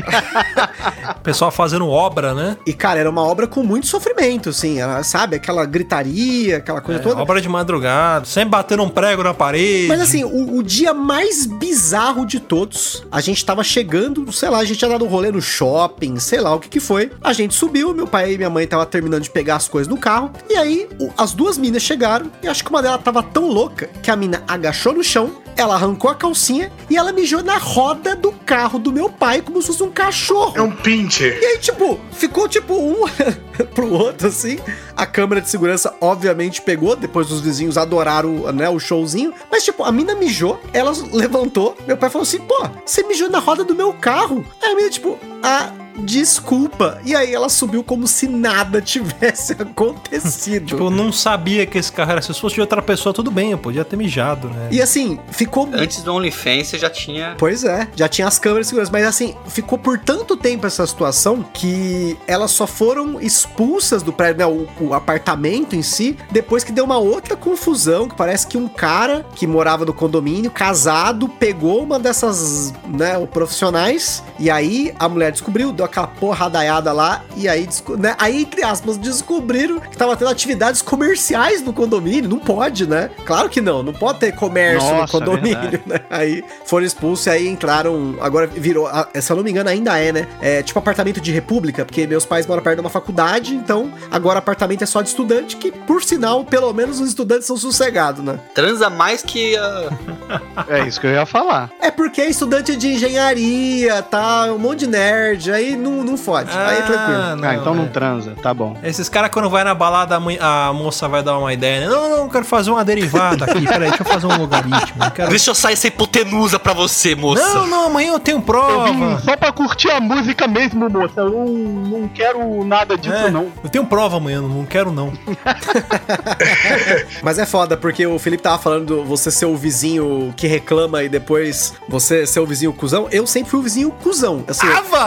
O pessoal fazendo obra, né? E, cara, era uma obra com muito sofrimento, assim, era, sabe? Aquela gritaria, aquela coisa toda. Obra de madrugada, sempre batendo um prego na parede. Mas assim, o dia mais bizarro de todos, a gente tava chegando, sei lá, a gente tinha dado um rolê no shopping, sei lá o que foi. A gente subiu, meu pai e minha mãe tava terminando de pegar as coisas no carro, e aí as duas minas chegaram, e acho que uma delas tava tão louca que a mina agachou no chão, ela arrancou a calcinha e ela mijou na roda do carro do meu pai como se fosse um cachorro. É um pincher. E aí, tipo, ficou tipo um pro outro, assim. A câmera de segurança, obviamente, pegou. Depois os vizinhos adoraram, né, o showzinho. Mas, tipo, a mina mijou, ela levantou. Meu pai falou assim, pô, você mijou na roda do meu carro. Aí a mina, tipo, desculpa. E aí ela subiu como se nada tivesse acontecido. Tipo, eu não sabia que esse carro era. Se fosse de outra pessoa, tudo bem, eu podia ter mijado, né? E assim, ficou... Antes do OnlyFans, você já tinha... Pois é, já tinha as câmeras de segurança. Mas assim, ficou por tanto tempo essa situação que elas só foram expulsas do prédio, né, o apartamento em si, depois que deu uma outra confusão, que parece que um cara que morava no condomínio, casado, pegou uma dessas, né, profissionais, e aí a mulher descobriu, deu aquela porradaiada lá, e aí, né, aí, entre aspas, descobriram que tava tendo atividades comerciais no condomínio. Não pode, né? Claro que não pode ter comércio no condomínio, né? Aí foram expulsos e aí entraram, agora virou, se eu não me engano ainda né? É tipo apartamento de república, porque meus pais moram perto de uma faculdade, então agora apartamento é só de estudante, que por sinal, pelo menos os estudantes são sossegados, né? Transa mais que É isso que eu ia falar. É porque é estudante de engenharia, tá? Um monte de nerd, aí não fode, aí é tranquilo. Não, então não transa, tá bom. Esses caras, quando vai na balada, a moça vai dar uma ideia, né? Não, quero fazer uma derivada aqui, peraí, deixa eu fazer um logaritmo. Deixa eu sair essa hipotenusa pra você, moça. Não, amanhã eu tenho prova. Eu vim só pra curtir a música mesmo, moça. Eu não quero nada disso, não. Eu tenho prova amanhã, não quero não. Mas é foda, porque o Felipe tava falando você ser o vizinho que reclama e depois você ser o vizinho cuzão. Eu sempre fui o vizinho cuzão. Assim,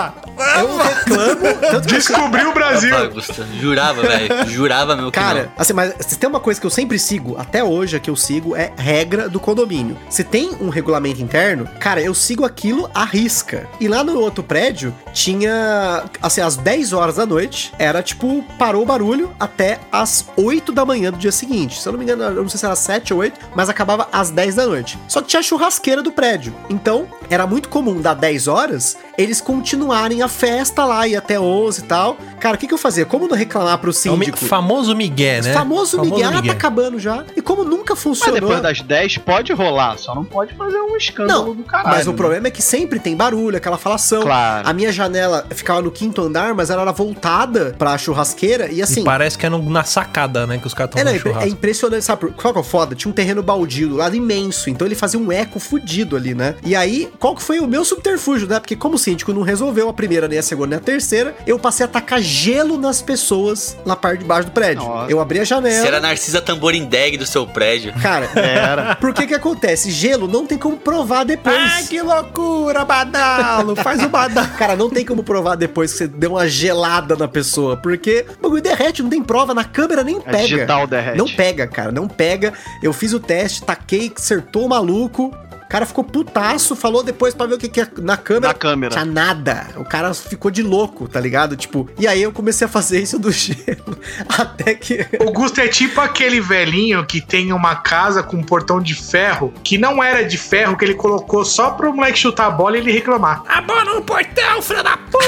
eu reclamo... Descobriu o Brasil. Jurava, velho. Jurava, meu, que cara, não. assim, mas se tem uma coisa que eu sempre sigo, até hoje, que eu sigo, é regra do condomínio. Se tem um regulamento interno, cara, eu sigo aquilo à risca. E lá no outro prédio, tinha, assim, às 10 horas da noite, era tipo, parou o barulho até às 8 da manhã do dia seguinte. Se eu não me engano, eu não sei se era 7 ou 8, mas acabava às 10 da noite. Só que tinha a churrasqueira do prédio. Então, era muito comum, dar 10 horas, eles continuarem a festa lá, e até 11 e tal. Cara, o que eu fazia? Como não reclamar pro síndico? É o famoso migué, né? Famoso migué, tá acabando já. E como nunca funcionou... Mas depois das 10 pode rolar, só não pode fazer um escândalo do caralho. Mas o problema é que sempre tem barulho, aquela falação. Claro. A minha janela ficava no 5º andar, mas ela era voltada pra churrasqueira e assim... E parece que é na sacada, né, que os caras estão fazendo churrasco. É impressionante, sabe? Qual que é o foda? Tinha um terreno baldio do lado imenso, então ele fazia um eco fudido ali, né? E aí, qual que foi o meu subterfúgio, né? Porque como o síndico não resolveu a primeira, nem a segunda, nem a terceira, eu passei a tacar gelo nas pessoas na parte de baixo do prédio. Nossa. Eu abri a janela... Você era a Narcisa Tamborindeg do seu prédio. Cara, era. Por que acontece? Gelo não tem como provar depois. Ai, que loucura, badalo! Faz o badalo. Cara, não tem como provar depois que você deu uma gelada na pessoa, porque o bagulho derrete, não tem prova, na câmera nem pega. Digital derrete. Não pega, cara, não pega. Eu fiz o teste, taquei, acertou o maluco. O cara ficou putaço, falou depois pra ver o que é na câmera. Na câmera. Tinha nada. O cara ficou de louco, tá ligado? Tipo, e aí eu comecei a fazer isso do gelo. Até que... O Gusto é tipo aquele velhinho que tem uma casa com um portão de ferro, que não era de ferro, que ele colocou só pro moleque chutar a bola e ele reclamar. A bola no portão, filho da puta!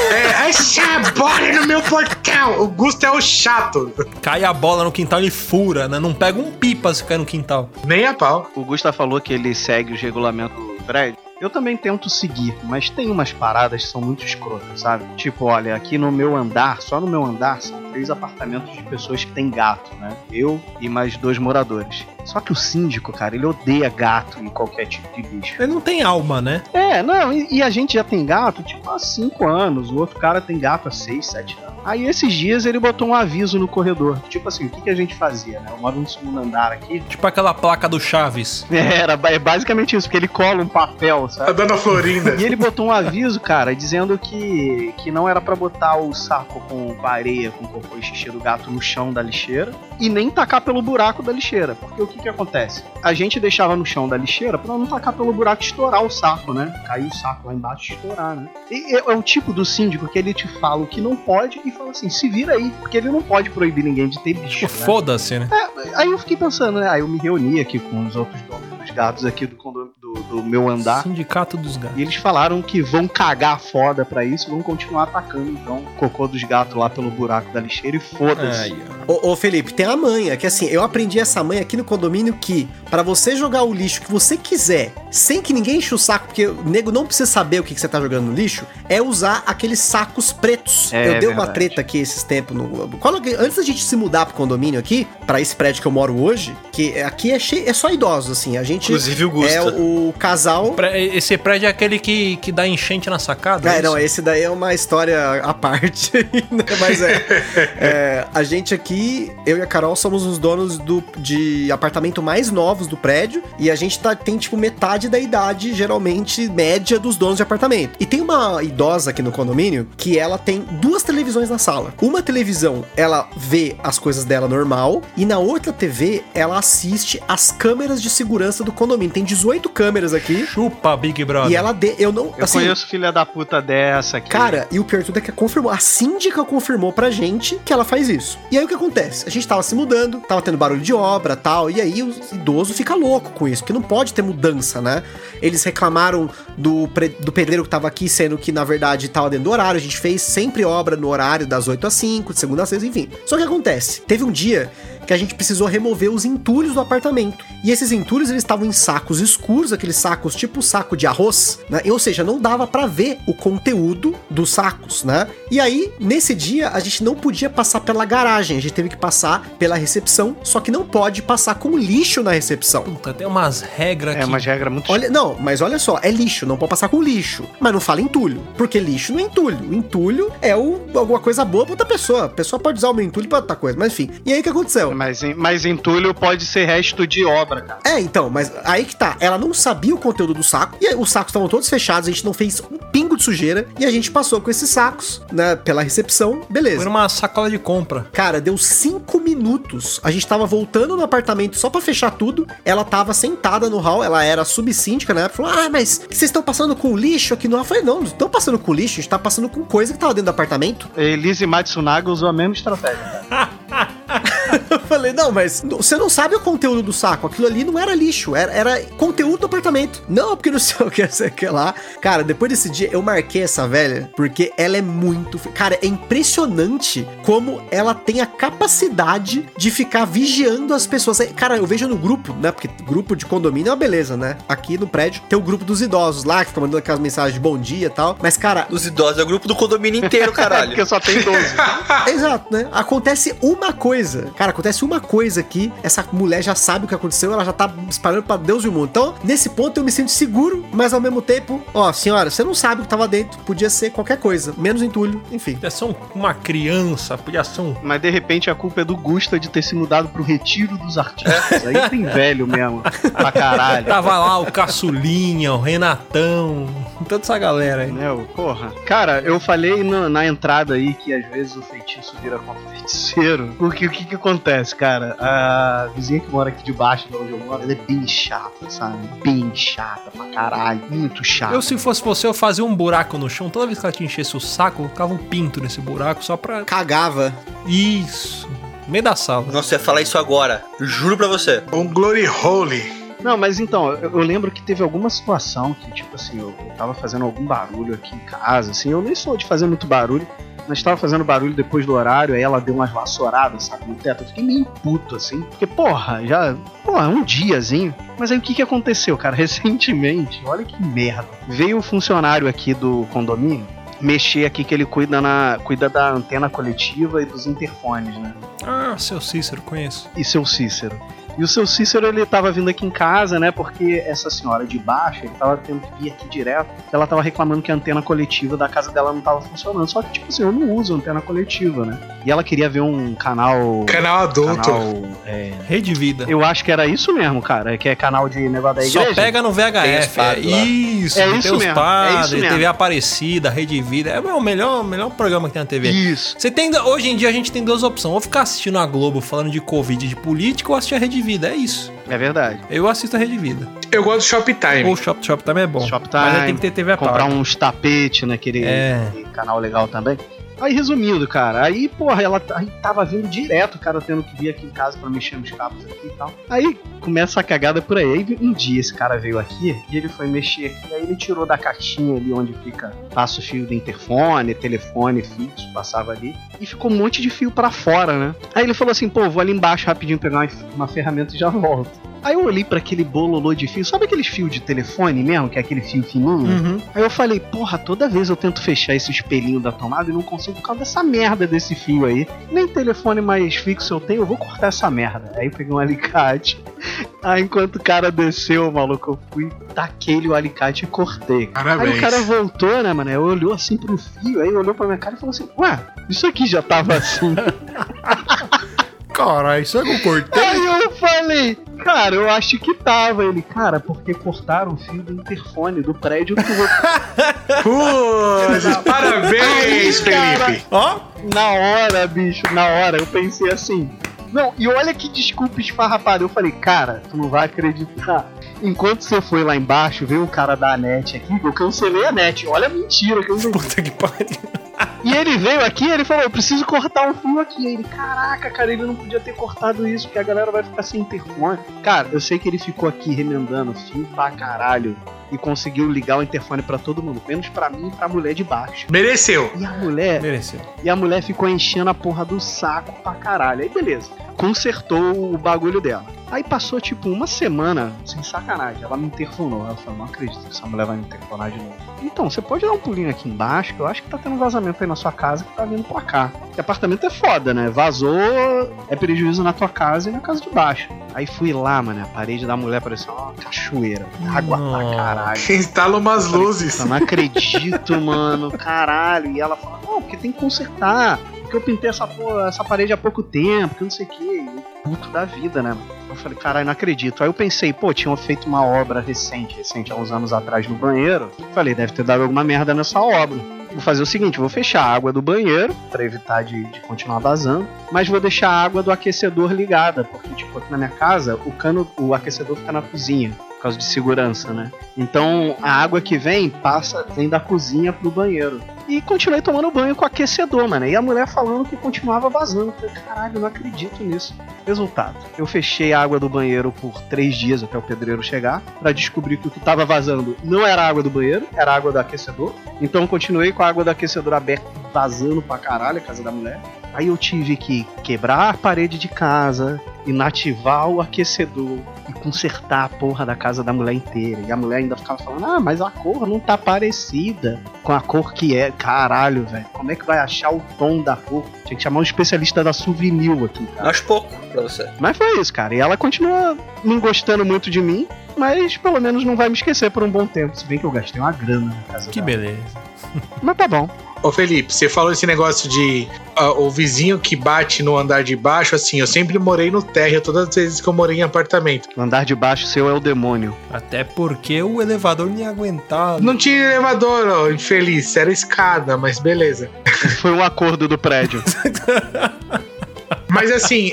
A bola no meu portão! O Gusto é o chato. Cai a bola no quintal, ele fura, né? Não pega um pipa se cair no quintal. Nem a pau. O Gusta falou que ele segue os regulamentos do prédio. Eu também tento seguir, mas tem umas paradas que são muito escrotas, sabe? Tipo, olha, aqui no meu andar, só no meu andar, são 3 apartamentos de pessoas que têm gato, né? Eu e mais 2 moradores. Só que o síndico, cara, ele odeia gato e qualquer tipo de bicho. Ele não tem alma, né? Não, e a gente já tem gato, tipo, há 5 anos. O outro cara tem gato há 6, 7 anos. Aí, esses dias, ele botou um aviso no corredor. Tipo assim, o que a gente fazia, né? Eu moro no 2º andar aqui. Tipo aquela placa do Chaves. Era basicamente isso, porque ele cola um papel, sabe? A Dona Florinda. E ele botou um aviso, cara, dizendo que não era pra botar o saco com areia, com cocô e xixi do gato no chão da lixeira e nem tacar pelo buraco da lixeira. Porque o que acontece? A gente deixava no chão da lixeira pra não tacar pelo buraco e estourar o saco, né? Cair o saco lá embaixo e estourar, né? E é o tipo do síndico que ele te fala o que não pode e fala assim, se vira aí, porque ele não pode proibir ninguém de ter bicho, né? Foda-se, né? Aí eu fiquei pensando, né? Aí eu me reuni aqui com os outros donos dos gatos aqui do meu andar. Sindicato dos gatos. E eles falaram que vão cagar foda pra isso, vão continuar atacando então o cocô dos gatos lá pelo buraco da lixeira e foda-se. Ô Felipe, tem a manha, que assim, eu aprendi essa manha aqui no condomínio que pra você jogar o lixo que você quiser, sem que ninguém enche o saco, porque o nego não precisa saber o que você tá jogando no lixo, é usar aqueles sacos pretos. Eu dei uma treta aqui esses tempos antes da gente se mudar pro condomínio aqui, pra esse prédio que eu moro hoje, que aqui é só idosos, assim, a gente... Inclusive o Gusto. É o casal... Esse prédio é aquele que dá enchente na sacada? É, não, esse daí é uma história à parte ainda, mas a gente aqui, eu e a Carol, somos os donos de apartamento mais novos do prédio, e a gente tem, tipo, metade da idade, geralmente, média dos donos de apartamento. E tem uma idosa aqui no condomínio, que ela tem 2 televisões na sala. Uma televisão, ela vê as coisas dela normal, e na outra TV, ela assiste as câmeras de segurança do condomínio. Tem 18 câmeras aqui. Chupa, Big Brother. E ela... Eu conheço filha da puta dessa aqui. Cara, e o pior de tudo é que confirmou. A síndica confirmou pra gente que ela faz isso. E aí o que acontece? A gente tava se mudando, tava tendo barulho de obra e tal, e aí o idoso fica louco com isso, porque não pode ter mudança, né? Eles reclamaram do pedreiro que tava aqui, sendo que, na verdade, tava dentro do horário. A gente fez sempre obra no horário das 8 às 5, de segunda a sexta, enfim. Só que acontece? Teve um dia que a gente precisou remover os entulhos do apartamento. E esses entulhos, eles estavam em sacos escuros, aqueles sacos tipo saco de arroz, né? Ou seja, não dava pra ver o conteúdo dos sacos, né? E aí, nesse dia, a gente não podia passar pela garagem, a gente teve que passar pela recepção, só que não pode passar com lixo na recepção. Puta, tem umas regras aqui. É, umas regras muito... Não, mas olha só, é lixo, não pode passar com lixo. Mas não fala entulho, porque lixo não é entulho. Entulho é alguma coisa boa pra outra pessoa. A pessoa pode usar o meu entulho pra outra coisa, mas enfim. E aí, o que aconteceu? Mas entulho pode ser resto de obra, cara. Então, mas aí que tá. Ela não sabia o conteúdo do saco, e aí, os sacos estavam todos fechados, a gente não fez um pingo de sujeira, e a gente passou com esses sacos, né, pela recepção, beleza. Foi uma sacola de compra. Cara, deu 5 minutos, a gente tava voltando no apartamento só pra fechar tudo, ela tava sentada no hall, ela era subsíndica, né, falou, mas que vocês estão passando com lixo aqui no hall? Eu falei, não estão passando com lixo, a gente tá passando com coisa que tava dentro do apartamento. Elise Matsunaga usou a mesma estratégia, cara. Eu falei, não, mas você não sabe o conteúdo do saco. Aquilo ali não era lixo, era conteúdo do apartamento. Não, porque não sei o que, sei o que lá. Cara, depois desse dia, eu marquei essa velha, porque ela é muito... Cara, é impressionante como ela tem a capacidade de ficar vigiando as pessoas. Cara, eu vejo no grupo, né, porque grupo de condomínio é uma beleza, né? Aqui no prédio tem o grupo dos idosos lá, que ficam mandando aquelas mensagens de bom dia e tal. Mas, cara... Os idosos é o grupo do condomínio inteiro, caralho. Porque só tem 12. Exato, né? Acontece uma coisa. Cara, acontece uma coisa aqui, essa mulher já sabe o que aconteceu, ela já tá espalhando pra Deus e o mundo. Então, nesse ponto eu me sinto seguro, mas ao mesmo tempo, senhora, você não sabe o que tava dentro, podia ser qualquer coisa, menos entulho, enfim. Podia ser uma criança, podia ser um... Mas de repente a culpa é do Gusta de ter se mudado pro Retiro dos Artistas. Aí tem velho mesmo, pra caralho. Tava lá o Caçulinha, o Renatão, toda essa galera aí. Porra. Cara, eu falei na entrada aí que às vezes o feitiço vira contra o feiticeiro, porque o que acontece, cara? A vizinha que mora aqui debaixo de onde eu moro, ela é bem chata, sabe? Bem chata pra caralho, muito chata. Eu, se fosse você, eu fazia um buraco no chão, toda vez que ela te enchesse o saco, eu colocava um pinto nesse buraco só pra... Cagava. Isso. No meio da sala. Nossa, eu ia falar isso agora. Juro pra você. Um glory hole. Não, mas então, eu lembro que teve alguma situação que, tipo assim, eu tava fazendo algum barulho aqui em casa, assim, eu nem sou de fazer muito barulho, mas tava fazendo barulho depois do horário, aí ela deu umas vassouradas, sabe, no teto. Eu fiquei meio puto, assim, porque, um diazinho. Mas aí o que aconteceu, cara? Recentemente, olha que merda. Veio um funcionário aqui do condomínio mexer aqui, que ele cuida da antena coletiva e dos interfones, né? Ah, seu Cícero, conheço. E seu Cícero. E o seu Cícero, ele tava vindo aqui em casa, né, porque essa senhora de baixo, ele tava tendo que vir aqui direto, ela tava reclamando que a antena coletiva da casa dela não tava funcionando. Só que, tipo assim, eu não uso antena coletiva, né? E ela queria ver um canal... Canal adulto. Rede Vida. Eu acho que era isso mesmo, cara, que é canal de negócio da igreja. Só pega no VHF. Isso, é isso mesmo. Padres, TV Aparecida, Rede Vida. É o melhor programa que tem na TV. Isso. Hoje em dia a gente tem 2 opções. Ou ficar assistindo a Globo falando de Covid, de política, ou assistir a Rede Vida. É isso. É verdade. Eu assisto a Rede Vida. Eu gosto do Shoptime. O Shoptime é bom. Shoptime. Mas aí tem que ter TV a comprar pago. uns tapetes naquele canal legal também. Aí, resumindo, cara, aí, porra, aí tava vindo direto, o cara tendo que vir aqui em casa pra mexer nos cabos aqui e tal. Aí, começa a cagada por aí. Aí, um dia esse cara veio aqui e ele foi mexer aqui, aí ele tirou da caixinha ali onde passa o fio do interfone, telefone fixo, passava ali, e ficou um monte de fio pra fora, né? Aí ele falou assim, vou ali embaixo rapidinho pegar uma ferramenta e já volto. Aí eu olhei pra aquele bololô de fio, sabe aqueles fios de telefone mesmo, que é aquele fio fininho? Uhum. Aí eu falei, porra, toda vez eu tento fechar esse espelhinho da tomada e não consigo por causa dessa merda desse fio aí. Nem telefone mais fixo eu tenho, eu vou cortar essa merda. Aí eu peguei um alicate, Aí enquanto o cara desceu, maluco, eu fui, taquei-lhe o alicate e cortei. Parabéns. Aí o cara voltou, né, mano? Olhou assim pro fio, aí olhou pra minha cara e falou assim, ué, isso aqui já tava assim. Caralho, isso é que eu cortei? Aí eu falei, cara, eu acho que tava. Ele, cara, porque cortaram o fio do interfone do prédio que eu... Putz, parabéns, Felipe. Ó, Na hora, bicho, na hora, eu pensei assim... Não, e olha que desculpa esfarrapada. Eu falei, cara, tu não vai acreditar. Enquanto você foi lá embaixo, veio um cara da net aqui, eu cancelei a net. Olha a mentira que eu fiz. puta que pariu. E ele veio aqui, ele falou, eu preciso cortar um fio aqui. Aí ele, caraca, cara, ele não podia ter cortado isso, porque a galera vai ficar sem interfone. Cara, eu sei que ele ficou aqui remendando fio pra caralho e conseguiu ligar o interfone pra todo mundo, menos pra mim e pra mulher de baixo. Mereceu. E a mulher... Mereceu. E a mulher ficou enchendo a porra do saco pra caralho. Aí beleza, consertou o bagulho dela. Aí passou tipo uma semana, sem sacanagem, ela me interfonou. Ela falou, não acredito que essa mulher vai me interfonar de novo. Então, você pode dar um pulinho aqui embaixo, que eu acho que tá tendo um vazamento aí na sua casa que tá vindo pra cá. Porque apartamento é foda, né? Vazou, é prejuízo na tua casa e na casa de baixo. Aí fui lá, mano, a parede da mulher parecia uma cachoeira. Água pra caralho. Instala umas luzes. Eu não acredito, mano, caralho. E ela fala, não, porque tem que consertar. Porque eu pintei essa parede há pouco tempo, que não sei o que. Puto da vida, né? Eu falei, caralho, não acredito. Aí eu pensei, pô, tinham feito uma obra recente, há uns anos atrás no banheiro. Falei, deve ter dado alguma merda nessa obra. Vou fazer o seguinte, vou fechar a água do banheiro, pra evitar de continuar vazando, mas vou deixar a água do aquecedor ligada, porque, tipo, aqui na minha casa, o aquecedor fica na cozinha, por causa de segurança, né? Então, a água que vem da cozinha pro banheiro. E continuei tomando banho com aquecedor, mano. E a mulher falando que continuava vazando. Eu falei, caralho, não acredito nisso. Resultado, eu fechei a água do banheiro por 3 dias até o pedreiro chegar, pra descobrir que o que tava vazando não era a água do banheiro, era a água do aquecedor. Então eu continuei com a água do aquecedor aberta, vazando pra caralho a casa da mulher. Aí eu tive que quebrar a parede de casa, inativar o aquecedor e consertar a porra da casa da mulher inteira. E a mulher ainda ficava falando, mas a cor não tá parecida com a cor que é. Caralho, velho, como é que vai achar o tom da cor? Tinha que chamar um especialista da Souvenir aqui, cara. Acho pouco pra você. Mas foi isso, cara. E ela continua não gostando muito de mim, mas pelo menos não vai me esquecer por um bom tempo. Se bem que eu gastei uma grana na casa Que dela. beleza. Mas tá bom. Ô Felipe, você falou esse negócio de o vizinho que bate no andar de baixo, assim, eu sempre morei no térreo, todas as vezes que eu morei em apartamento. O andar de baixo seu é o demônio. Até porque o elevador não ia aguentar. Não tinha elevador, ó, infeliz, era escada, mas beleza. Foi um acordo do prédio. Mas assim,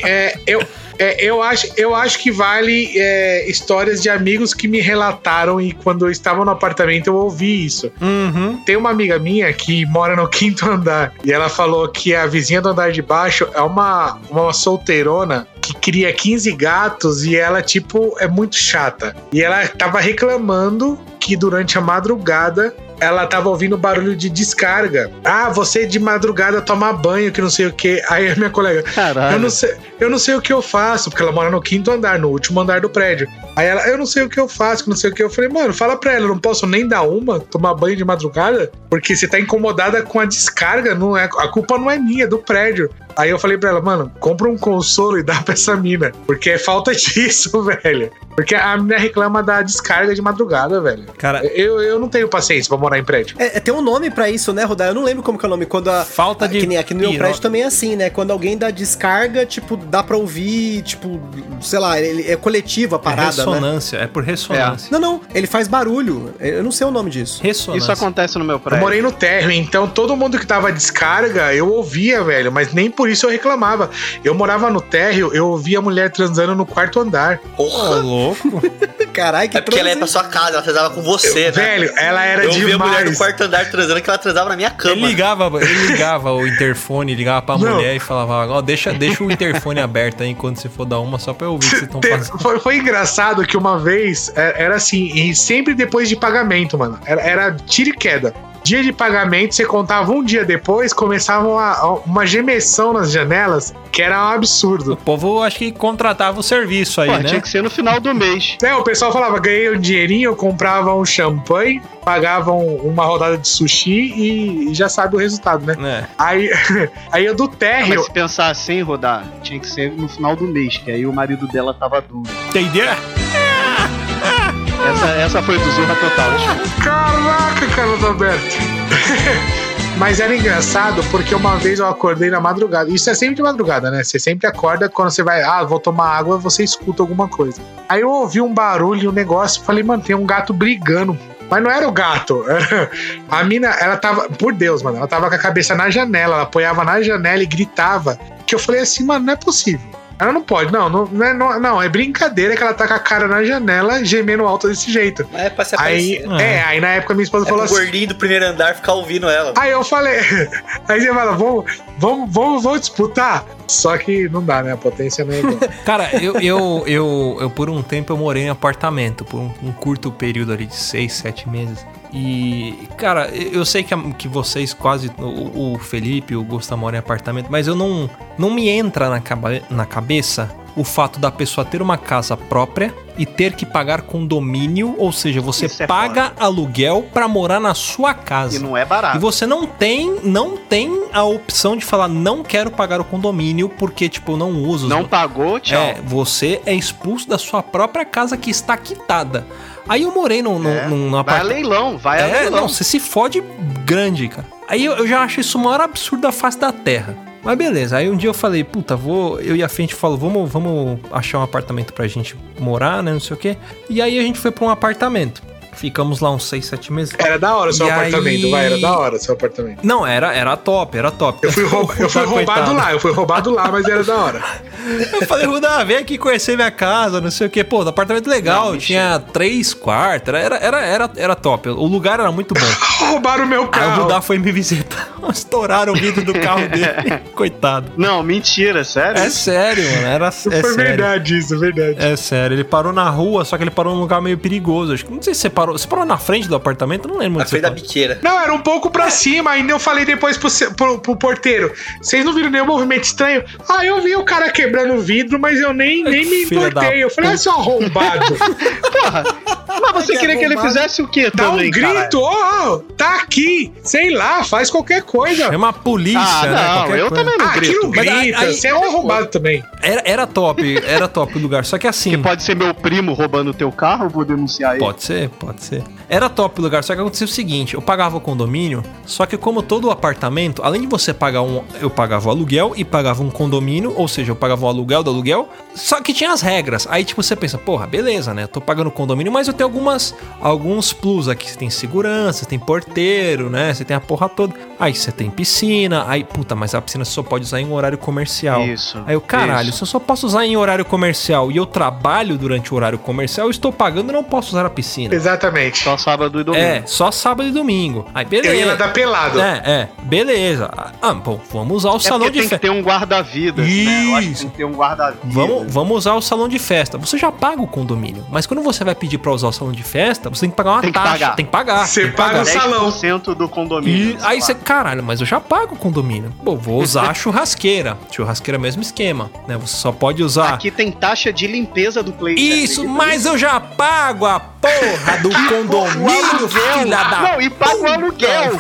eu acho que vale histórias de amigos que me relataram e quando eu estava no apartamento eu ouvi isso. Uhum. Tem uma amiga minha que mora no 5º andar e ela falou que a vizinha do andar de baixo é uma solteirona que cria 15 gatos e ela, tipo, é muito chata. E ela tava reclamando que durante a madrugada ela tava ouvindo barulho de descarga. Você de madrugada toma banho, que não sei o que. Aí a minha colega, caralho, eu não sei o que eu faço, porque ela mora no 5º andar, no último andar do prédio. Aí ela, eu não sei o que eu faço, que não sei o que. Eu falei, mano, fala pra ela, eu não posso nem dar tomar banho de madrugada, porque você tá incomodada com a descarga, não é, a culpa não é minha, é do prédio. Aí eu falei pra ela, mano, compra um consolo e dá pra essa mina, porque é falta disso, velho. Porque a mina reclama da descarga de madrugada, velho. Cara, eu não tenho paciência pra morar em prédio. Tem um nome pra isso, né, Rodar? Eu não lembro como que é o nome. Quando falta de... Que nem aqui no meu prédio também é assim, né? Quando alguém dá descarga, tipo, dá pra ouvir, tipo, sei lá, é coletivo a parada, ressonância, né? É por ressonância. Não, ele faz barulho. Eu não sei o nome disso. Ressonância. Isso acontece no meu prédio. Eu morei no térreo, então todo mundo que tava descarga, eu ouvia, velho, mas nem por isso eu reclamava. Eu morava no térreo, eu ouvia a mulher transando no 4º andar. Porra, louco. Caralho, que porque ela ia pra sua casa, ela transava com você, né? Velho, ela era demais. Eu vi a mulher no 4º andar transando, que ela transava na minha cama. Ele ligava o interfone, ligava pra mulher e falava, deixa o interfone aberto aí enquanto você for dar uma, só pra eu ouvir o que vocês estão fazendo. Foi engraçado que uma vez, era assim, e sempre depois de pagamento, mano. Era tiro e queda. dia de pagamento, você contava um dia depois, começava uma gemessão nas janelas, que era um absurdo. O povo, acho que contratava o serviço aí, Pô, né? tinha que ser no final do mês. O pessoal falava, ganhei um dinheirinho, eu comprava um champanhe, pagava uma rodada de sushi e já sabe o resultado, né? Aí eu do térreo... Mas se pensar assim, Rodar, tinha que ser no final do mês, que aí o marido dela tava duro. Tem ideia? Essa foi do Zorra Total. Caraca, Carlos Alberto. Mas era engraçado porque uma vez eu acordei na madrugada. Isso é sempre de madrugada, né? Você sempre acorda quando você vai, vou tomar água, você escuta alguma coisa. Aí eu ouvi um barulho, um negócio, falei, mano, tem um gato brigando. Mas não era o gato. A mina, ela tava, por Deus, mano, ela tava com a cabeça na janela, ela apoiava na janela e gritava. Que eu falei assim, mano, não é possível. Ela não pode, não é brincadeira que ela tá com a cara na janela gemendo alto desse jeito. É pra se aparecer. Aí na época minha esposa falou assim... o gordinho do primeiro andar ficar ouvindo ela. Aí eu falei... Aí você fala, vamos disputar? Só que não dá, né? A potência não é igual. Cara, eu por um tempo eu morei em apartamento, por um curto período ali de 6, 7 meses. E, cara, eu sei que vocês quase, o Felipe, o Gusta moram em apartamento, mas eu não me entra na cabeça o fato da pessoa ter uma casa própria e ter que pagar condomínio, ou seja, você paga aluguel pra morar na sua casa. E não é barato. E você não tem a opção de falar, não quero pagar o condomínio porque, tipo, não uso. Não pagou, tchau. Você é expulso da sua própria casa que está quitada. Aí eu morei num apartamento. Vai a leilão, vai a leilão. Não, você se fode grande, cara. Aí eu já acho isso o maior absurdo da face da terra. Mas beleza, aí um dia eu falei, puta, eu e a Fê, a gente falou, vamos achar um apartamento pra gente morar, né, não sei o quê. E aí a gente foi pra um apartamento. Ficamos lá uns 6, 7 meses. Era da hora o seu apartamento, era da hora o seu apartamento. Não, era top. Eu fui roubado lá, mas era da hora. Eu falei, Rudá, vem aqui conhecer minha casa, não sei o quê. Pô, apartamento legal, tinha 3 quartos, era top. O lugar era muito bom. Roubaram o meu carro. Aí o Rudá foi me visitar, estouraram o vidro do carro dele. Coitado. Não, mentira, sério? É sério, mano, Foi verdade isso, verdade. É sério, ele parou na rua, só que ele parou num lugar meio perigoso. Acho que, não sei se você parou na frente do apartamento? Não lembro muito. Na frente da biqueira. Não, era um pouco pra cima. Ainda eu falei depois pro porteiro. Vocês não viram nenhum movimento estranho? Eu vi o cara quebrando o vidro, mas eu nem me importei. Eu falei, seu arrombado. Porra, mas você queria que ele fizesse o quê também, dá um grito, tá aqui. Sei lá, faz qualquer coisa. Chama a polícia, né? Não, eu também não grito. Aqui não grita, você é um arrombado também. Era top o lugar. Só que assim... Que pode ser meu primo roubando o teu carro, eu vou denunciar ele. Pode ser. Era top o lugar, só que aconteceu o seguinte, eu pagava o condomínio, só que como todo apartamento, além de você pagar eu pagava o aluguel e pagava um condomínio, ou seja, eu pagava o aluguel do aluguel, só que tinha as regras. Aí tipo, você pensa, porra, beleza, né? Eu tô pagando o condomínio, mas eu tenho alguns plus aqui. Você tem segurança, você tem porteiro, né? Você tem a porra toda. Aí você tem piscina, aí, puta, mas a piscina você só pode usar em horário comercial. Isso. Aí eu, caralho, se eu só posso usar em horário comercial e eu trabalho durante o horário comercial, eu estou pagando e não posso usar a piscina. Exatamente. Só sábado e domingo. Só sábado e domingo. Aí, beleza. Eu ia nadar pelado. Beleza. Bom, vamos usar o salão de festa. Tem que ter um guarda-vidas, né? Eu acho que tem que ter um guarda-vidas. Vamos usar o salão de festa. Você já paga o condomínio, mas quando você vai pedir pra usar o salão de festa, você tem que pagar uma taxa. Tem que pagar. Você paga o salão. 10% do condomínio. Aí você, caralho, mas eu já pago o condomínio. Pô, vou usar a churrasqueira. Churrasqueira é o mesmo esquema, né? Você só pode usar... Aqui tem taxa de limpeza do Play. Isso, mas eu já pago a porra do condomínio, filha da... Não, e paga o aluguel.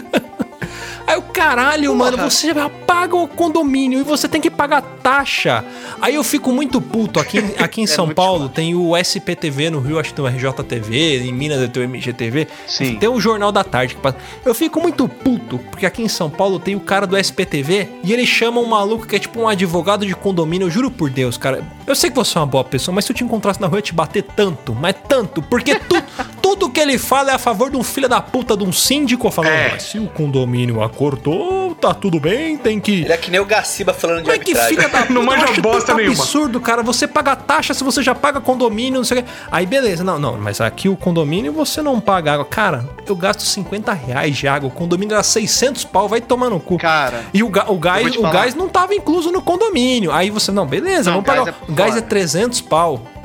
Aí o caralho, mano, você já paga o condomínio e você tem que pagar taxa. Aí eu fico muito puto. Aqui em São Paulo tem o SPTV, no Rio acho que tem o RJTV, em Minas tem o MGTV. Sim. Tem o Jornal da Tarde que passa. Eu fico muito puto, porque aqui em São Paulo tem o cara do SPTV e ele chama um maluco que é tipo um advogado de condomínio. Eu juro por Deus, cara. Eu sei que você é uma boa pessoa, mas se eu te encontrasse na rua eu ia te bater tanto, mas tanto, porque tudo que ele fala é a favor de um filho da puta, de um síndico falando, mas se o condomínio acordou, tá tudo bem, tem que... Ele é que nem o Gaciba falando de arbitragem. Que filha da puta, não manja bosta nenhuma. Absurdo, cara, você paga taxa se você já paga condomínio, não sei o que. Aí beleza, não, mas aqui o condomínio você não paga água. Cara, eu gasto R$50 de água, o condomínio era 600 pau, vai tomar no cu. Cara, e o gás não tava incluso no condomínio. Aí você, não, beleza, vamos pagar. O gás é 300 pau.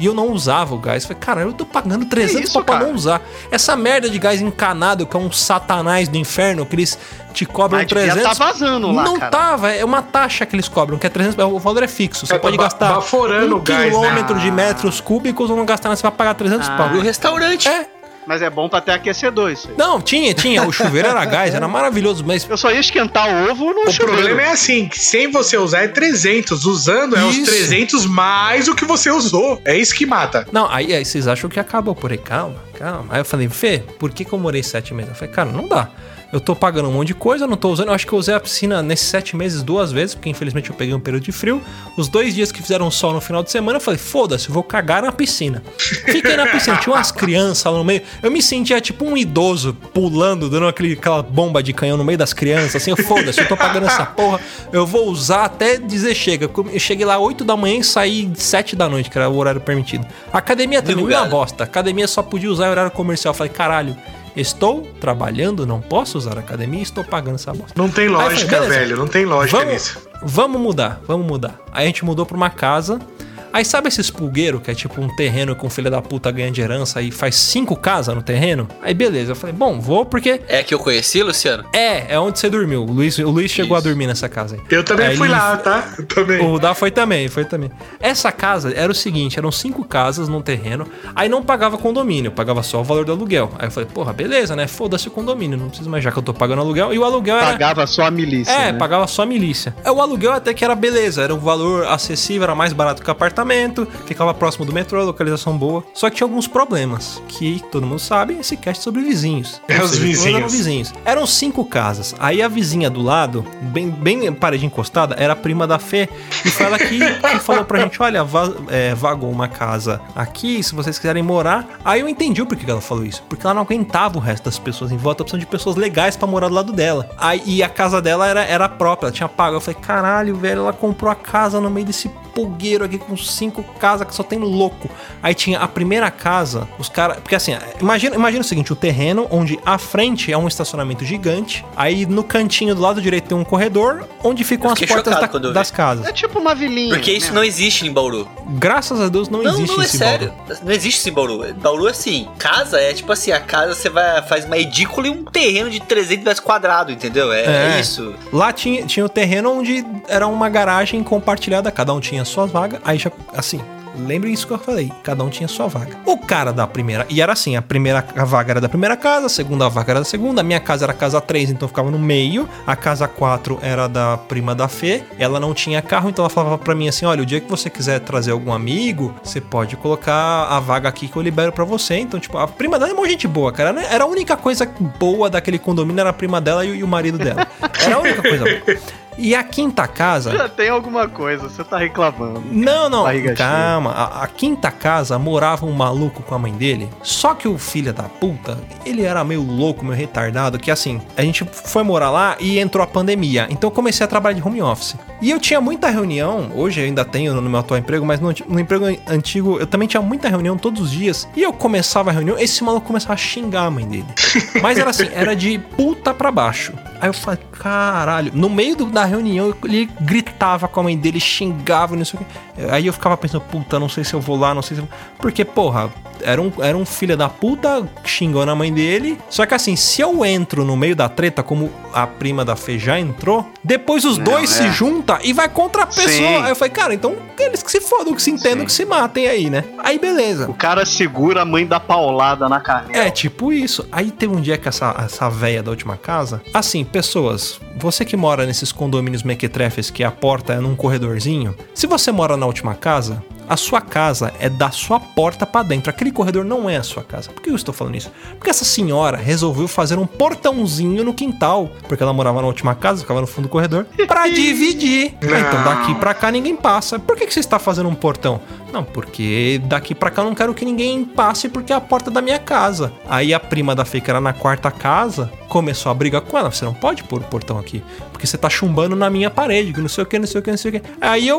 E eu não usava o gás. Falei, cara, eu tô pagando 300 isso, pra cara? não usar. Essa merda de gás encanado, que é um satanás do inferno, que eles te cobram Mas devia 300. tá vazando lá, não cara. tava, é uma taxa que eles cobram, que é 300, o valor é fixo. Você É, pode tá gastar baforando 1 o gás, né? quilômetro de metros cúbicos ou não gastar nada, você vai pagar 300 pau. E o restaurante? É. Mas é bom pra ter aquecedor isso aí. Não, tinha. O chuveiro era gás, era maravilhoso, mas... Eu só ia esquentar o ovo no O chuveiro. problema é assim, que sem você usar é 300, usando é os Isso. 300 mais o que você usou. É isso que mata. Não, aí vocês acham que acabou. Porém, calma. Aí eu falei, Fê, por que eu morei 7 meses? Eu falei, cara, não dá. Eu tô pagando um monte de coisa, eu não tô usando. Eu acho que eu usei a piscina nesses 7 meses 2 vezes, porque infelizmente eu peguei um período de frio. Os 2 dias que fizeram sol no final de semana, eu falei, foda-se, eu vou cagar na piscina. Fiquei na piscina, tinha umas crianças lá no meio. Eu me sentia tipo um idoso pulando, dando aquela bomba de canhão no meio das crianças, assim, foda-se, eu tô pagando essa porra, eu vou usar até dizer chega. Eu cheguei lá 8 da manhã e saí 7 da noite, que era o horário permitido. A academia também, uma bosta. A academia só podia usar o horário comercial. Eu falei, caralho, estou trabalhando, não posso usar a academia e estou pagando essa bosta. Não tem lógica, beleza. velho. Não tem lógica nisso. Vamos mudar. Aí a gente mudou pra uma casa. Aí sabe esses pulgueiros, que é tipo um terreno com filha da puta ganha de herança e faz 5 casas no terreno? Aí beleza, eu falei, bom, vou porque... É que eu conheci, Luciano? É onde você dormiu. O Luiz chegou a dormir nessa casa aí. Eu também Aí fui ele- lá, tá? Eu também. O Dá foi também. Essa casa era o seguinte, eram 5 casas num terreno, aí não pagava condomínio, pagava só o valor do aluguel. Aí eu falei, porra, beleza, né? Foda-se o condomínio, não preciso mais, já que eu tô pagando aluguel. E o aluguel era... Pagava só a milícia, né? pagava só a milícia. O aluguel até que era beleza, era um valor acessível, era mais barato que o apartamento, ficava próximo do metrô, localização boa. Só que tinha alguns problemas, que todo mundo sabe, esse cast é sobre vizinhos. É Ou os seja, vizinhos. Eram vizinhos. Eram 5 casas. Aí a vizinha do lado, bem parede encostada, era a prima da Fê, e foi ela que falou pra gente, olha, vagou uma casa aqui, se vocês quiserem morar. Aí eu entendi o porquê que ela falou isso, porque ela não aguentava o resto das pessoas em volta, a opção de pessoas legais pra morar do lado dela. Aí, e a casa dela era própria, ela tinha pago. Eu falei, caralho, velho, ela comprou a casa no meio desse pulgueiro aqui com 5 casas que só tem louco. Aí tinha a primeira casa, os caras... Porque assim, imagina o seguinte, o terreno onde à frente é um estacionamento gigante, aí no cantinho do lado direito tem um corredor, onde ficam as fiquei portas chocado quando eu vi. das casas. É tipo uma vilinha. Porque isso né? não existe em Bauru. Graças a Deus não existe Não, é esse sério. Bauru. Não existe isso em Bauru. Bauru é assim, casa é tipo assim, a casa você faz uma edícula e um terreno de 300 metros quadrados, entendeu? É isso. Lá tinha o terreno onde era uma garagem compartilhada, cada um tinha suas vagas, aí já, assim... Lembre isso que eu falei, cada um tinha sua vaga. O cara da primeira... E era assim, a vaga era da primeira casa, a segunda vaga era da segunda, a minha casa era a casa 3, então eu ficava no meio, a casa 4 era da prima da Fê, ela não tinha carro, então ela falava pra mim assim, olha, o dia que você quiser trazer algum amigo, você pode colocar a vaga aqui que eu libero pra você. Então, tipo, a prima dela é uma gente boa, cara, né? Era a única coisa boa daquele condomínio, era a prima dela e o marido dela. Era a única coisa boa. E a quinta casa... Já tem alguma coisa, você tá reclamando. Não, Barriga calma. A quinta casa morava um maluco com a mãe dele. Só que o filho da puta, ele era meio louco, meio retardado. Que assim, a gente foi morar lá e entrou a pandemia. Então eu comecei a trabalhar de home office. E eu tinha muita reunião. Hoje eu ainda tenho no meu atual emprego, mas no emprego antigo eu também tinha muita reunião todos os dias. E eu começava a reunião, esse maluco começava a xingar a mãe dele. Mas era assim, era de puta pra baixo. Aí eu falei, caralho. No meio da reunião, ele gritava com a mãe dele, xingava, não sei o que. Aí eu ficava pensando, puta, não sei se eu vou lá, não sei se eu... Porque, porra, era um filho da puta xingando a mãe dele. Só que assim, se eu entro no meio da treta, como a prima da Fê já entrou, depois os dois se juntam e vai contra a pessoa. Sim. Aí eu falei, cara, então eles que se fodam, que se entendam, que se matem aí, né? Aí beleza. O cara segura a mãe da paulada na canela. É, tipo isso. Aí teve um dia que essa véia da última casa... Assim, pessoas, você que mora nesses condomínios mequetrefes que a porta é num corredorzinho, se você mora na última casa, a sua casa é da sua porta pra dentro. Aquele corredor não é a sua casa. Por que eu estou falando isso? Porque essa senhora resolveu fazer um portãozinho no quintal, porque ela morava na última casa, ficava no fundo do corredor, pra dividir. Então daqui pra cá ninguém passa. Por que você está fazendo um portão? Não, porque daqui pra cá eu não quero que ninguém passe porque é a porta da minha casa. Aí a prima da Fê, que era na quarta casa, começou a brigar com ela. Você não pode pôr o portão aqui, porque você tá chumbando na minha parede, que não sei o que, não sei o que, não sei o que. Aí eu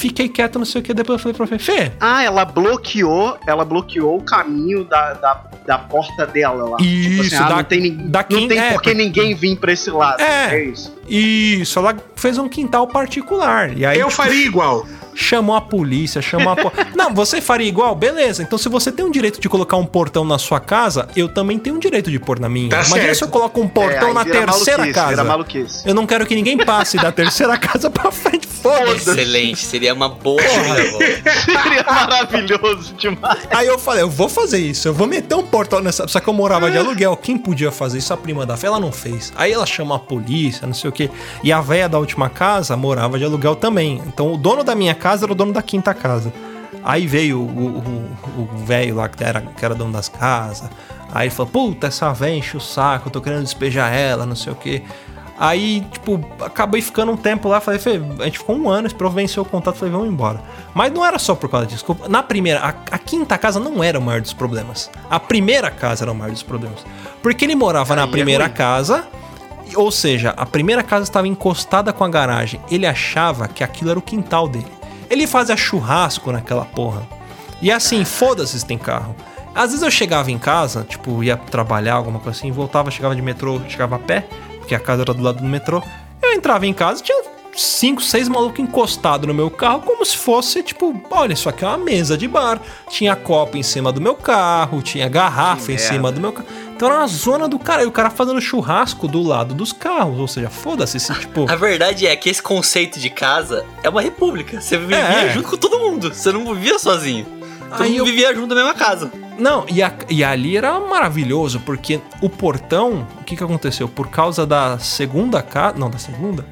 fiquei quieto, não sei o que. Depois eu falei pra Fê, ela bloqueou o caminho da porta dela lá. Isso, não tem por que ninguém vir pra esse lado. É isso. Isso, ela fez um quintal particular. E aí, eu faria igual. Chamou a polícia, Não, você faria igual? Beleza. Então, se você tem o direito de colocar um portão na sua casa, eu também tenho o direito de pôr na minha. Tá Imagina certo. se eu coloco um portão na terceira casa. Vira maluquice. Eu não quero que ninguém passe da terceira casa pra frente. Foda-se. Excelente, seria uma boa reviravolta. Seria maravilhoso demais. Aí eu falei, eu vou fazer isso, eu vou meter um portão nessa... Só que eu morava de aluguel, quem podia fazer isso? A prima da Fê, ela não fez. Aí ela chamou a polícia, não sei o quê. E a véia da última casa morava de aluguel também. Então o dono da minha casa era o dono da quinta casa. Aí veio o velho lá que era dono das casas. Aí ele falou, puta, essa véia enche o saco, eu tô querendo despejar ela, não sei o quê. Aí, tipo, acabei ficando um tempo lá, falei, Fê, a gente ficou um ano, esperou vencer o contato, falei, vamos embora. Mas não era só por causa disso. Na primeira, a quinta casa não era o maior dos problemas. A primeira casa era o maior dos problemas. Porque ele morava na primeira casa, ou seja, a primeira casa estava encostada com a garagem. Ele achava que aquilo era o quintal dele. Ele fazia churrasco naquela porra. E assim, foda-se se tem carro. Às vezes eu chegava em casa, tipo, ia trabalhar, alguma coisa assim, voltava, chegava de metrô, chegava a pé, porque a casa era do lado do metrô. Eu entrava em casa, tinha 5, 6 malucos encostados no meu carro, como se fosse, tipo, olha, isso aqui é uma mesa de bar. Tinha copo em cima do meu carro, tinha garrafa em cima do meu carro. Então era uma zona do cara, e o cara fazendo churrasco do lado dos carros, ou seja, foda-se esse tipo... A verdade é que esse conceito de casa é uma república. Você vivia junto com todo mundo, você não vivia sozinho. Todo mundo vivia junto da mesma casa. Não, e ali era maravilhoso, porque o portão, o que aconteceu? Por causa da segunda casa, não, da segunda?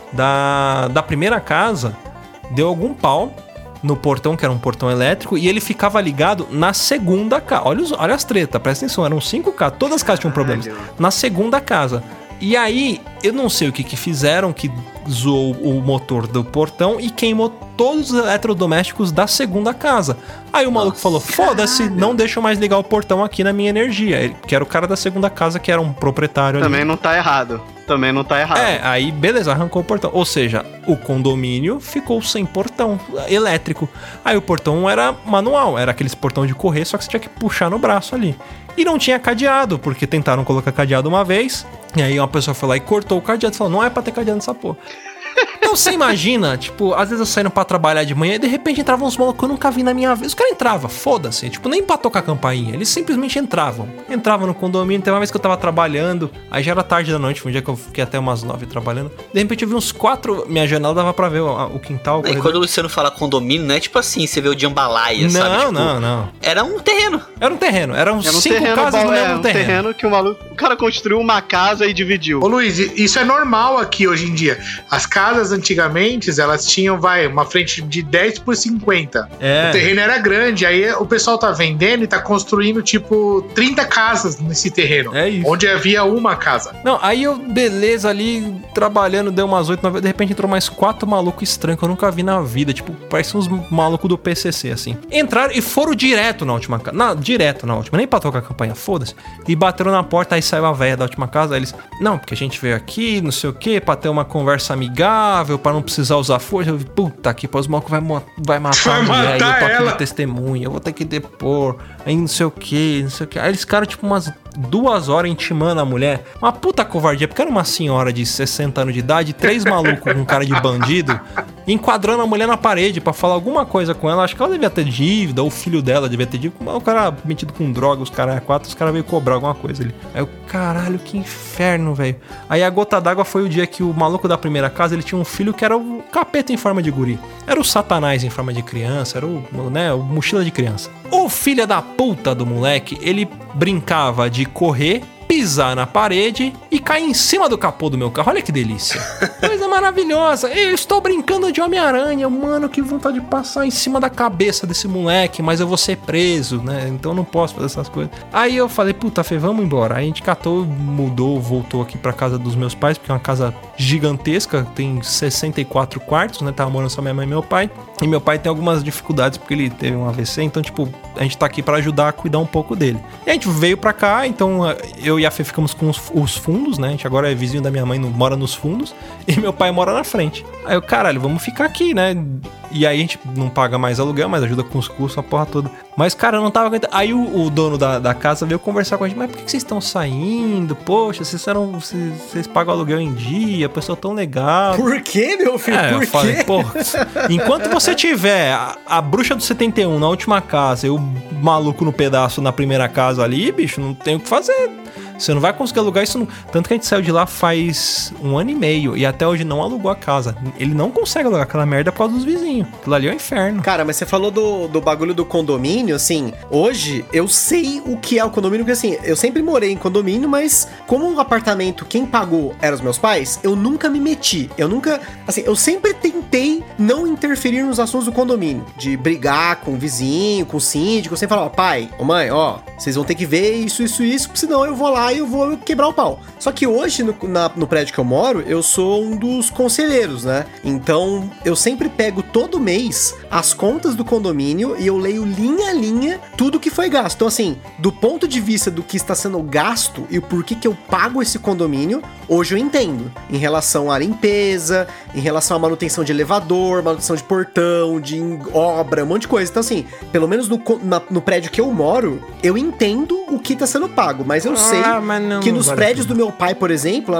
Da primeira casa, deu algum pau no portão, que era um portão elétrico, e ele ficava ligado na segunda casa. Olha as tretas, presta atenção, eram 5 casas, todas as casas tinham problemas. Na segunda casa. E aí, eu não sei o que fizeram, que zoou o motor do portão e queimou todos os eletrodomésticos da segunda casa. Aí o maluco falou, foda-se, não deixa eu mais ligar o portão aqui na minha energia. Ele, que era o cara da segunda casa, que era um proprietário Também ali. não tá errado. Aí beleza, arrancou o portão. Ou seja, o condomínio ficou sem portão elétrico. Aí o portão era manual, era aqueles portão de correr, só que você tinha que puxar no braço ali. E não tinha cadeado, porque tentaram colocar cadeado uma vez, e aí uma pessoa foi lá e cortou o cadeado e falou, não é pra ter cadeado nessa porra. Então você imagina, tipo, às vezes eu saindo pra trabalhar de manhã e de repente entravam uns malucos que eu nunca vi na minha vida. Os caras entravam, foda-se, tipo, nem pra tocar campainha, eles simplesmente entravam. Entravam no condomínio, tem uma vez que eu tava trabalhando, aí já era tarde da noite, foi um dia que eu fiquei até umas 9 trabalhando. De repente eu vi uns 4, minha janela dava pra ver o quintal. E quando o Luciano fala condomínio, não é tipo assim, você vê o jambalaya, sabe? Tipo, não. Era um terreno. Eram 5 casas no mesmo terreno. Que o cara construiu uma casa e dividiu. Ô Luiz, isso é normal aqui hoje em dia. As casas antigamente, elas tinham, uma frente de 10 por 50. O terreno era grande, aí o pessoal tá vendendo e tá construindo, tipo, 30 casas nesse terreno. É isso. Onde havia uma casa. Não, aí eu, beleza, ali, trabalhando, deu umas 8, 9, de repente entrou mais 4 malucos estranhos que eu nunca vi na vida, tipo, parecem uns malucos do PCC, assim. Entraram e foram direto na última casa, direto na última, nem pra tocar a campanha, foda-se. E bateram na porta, aí saiu a véia da última casa, aí eles, não, porque a gente veio aqui, não sei o quê, pra ter uma conversa amigável, pra não precisar usar força. Eu vi, puta que pariu, os malucos vai matar a mulher, e eu tô aqui de testemunha, eu vou ter que depor, aí não sei o que. Aí eles ficaram tipo umas 2 horas intimando a mulher. Uma puta covardia, porque era uma senhora de 60 anos de idade, 3 malucos com cara de bandido, enquadrando a mulher na parede pra falar alguma coisa com ela. Acho que ela devia ter dívida, ou o filho dela devia ter dívida. O cara metido com droga, os caras veio cobrar alguma coisa ali. Aí eu, caralho, que inferno, velho. Aí a gota d'água foi o dia que o maluco da primeira casa, ele tinha um filho que era o capeta em forma de guri. Era o Satanás em forma de criança, era o mochila de criança. O filho da puta do moleque, ele brincava de correr, pisar na parede e cair em cima do capô do meu carro. Olha que delícia. Coisa maravilhosa. Eu estou brincando de Homem-Aranha. Mano, que vontade de passar em cima da cabeça desse moleque, mas eu vou ser preso, né? Então eu não posso fazer essas coisas. Aí eu falei, puta, Fê, vamos embora. Aí a gente catou, mudou, voltou aqui pra casa dos meus pais, porque é uma casa gigantesca, tem 64 quartos, né? Tava morando só minha mãe e meu pai. E meu pai tem algumas dificuldades porque ele teve um AVC, então, tipo, a gente tá aqui pra ajudar a cuidar um pouco dele. E a gente veio pra cá, então eu e a Fê ficamos com os fundos, né? A gente agora é vizinho da minha mãe, mora nos fundos, e meu pai mora na frente. Aí eu, caralho, vamos ficar aqui, né? E aí a gente não paga mais aluguel, mas ajuda com os custos, a porra toda. Mas, cara, eu não tava aguentando. Aí o dono da casa veio conversar com a gente. Mas por que vocês estão saindo? Poxa, vocês pagam aluguel em dia, a pessoa tão legal. Por quê, meu filho? Por eu falei, quê? Pô, enquanto você tiver a bruxa do 71 na última casa e o maluco no pedaço na primeira casa ali, bicho, não tem o que fazer. Você não vai conseguir alugar isso. Tanto que a gente saiu de lá faz 1 ano e meio e até hoje não alugou a casa. Ele não consegue alugar aquela merda por causa dos vizinhos. Aquilo ali é um inferno. Cara, mas você falou do bagulho do condomínio, assim, hoje eu sei o que é o condomínio, porque assim, eu sempre morei em condomínio, mas como o apartamento, quem pagou eram os meus pais, eu nunca me meti. Eu sempre tentei não interferir nos assuntos do condomínio, de brigar com o vizinho, com o síndico, sempre falar, ó, pai, ô mãe, ó, vocês vão ter que ver isso, senão eu vou lá e eu vou quebrar o pau. Só que hoje, no prédio que eu moro, eu sou um dos conselheiros, né? Então, eu sempre pego todo mês as contas do condomínio e eu leio linha a linha tudo que foi gasto. Então, assim, do ponto de vista do que está sendo gasto e o porquê que eu pago esse condomínio, hoje eu entendo. Em relação à limpeza, em relação à manutenção de elevador, manutenção de portão, de obra, um monte de coisa. Então, assim, pelo menos no prédio que eu moro, eu entendo o que está sendo pago, mas eu sei que nos prédios do meu pai, por exemplo,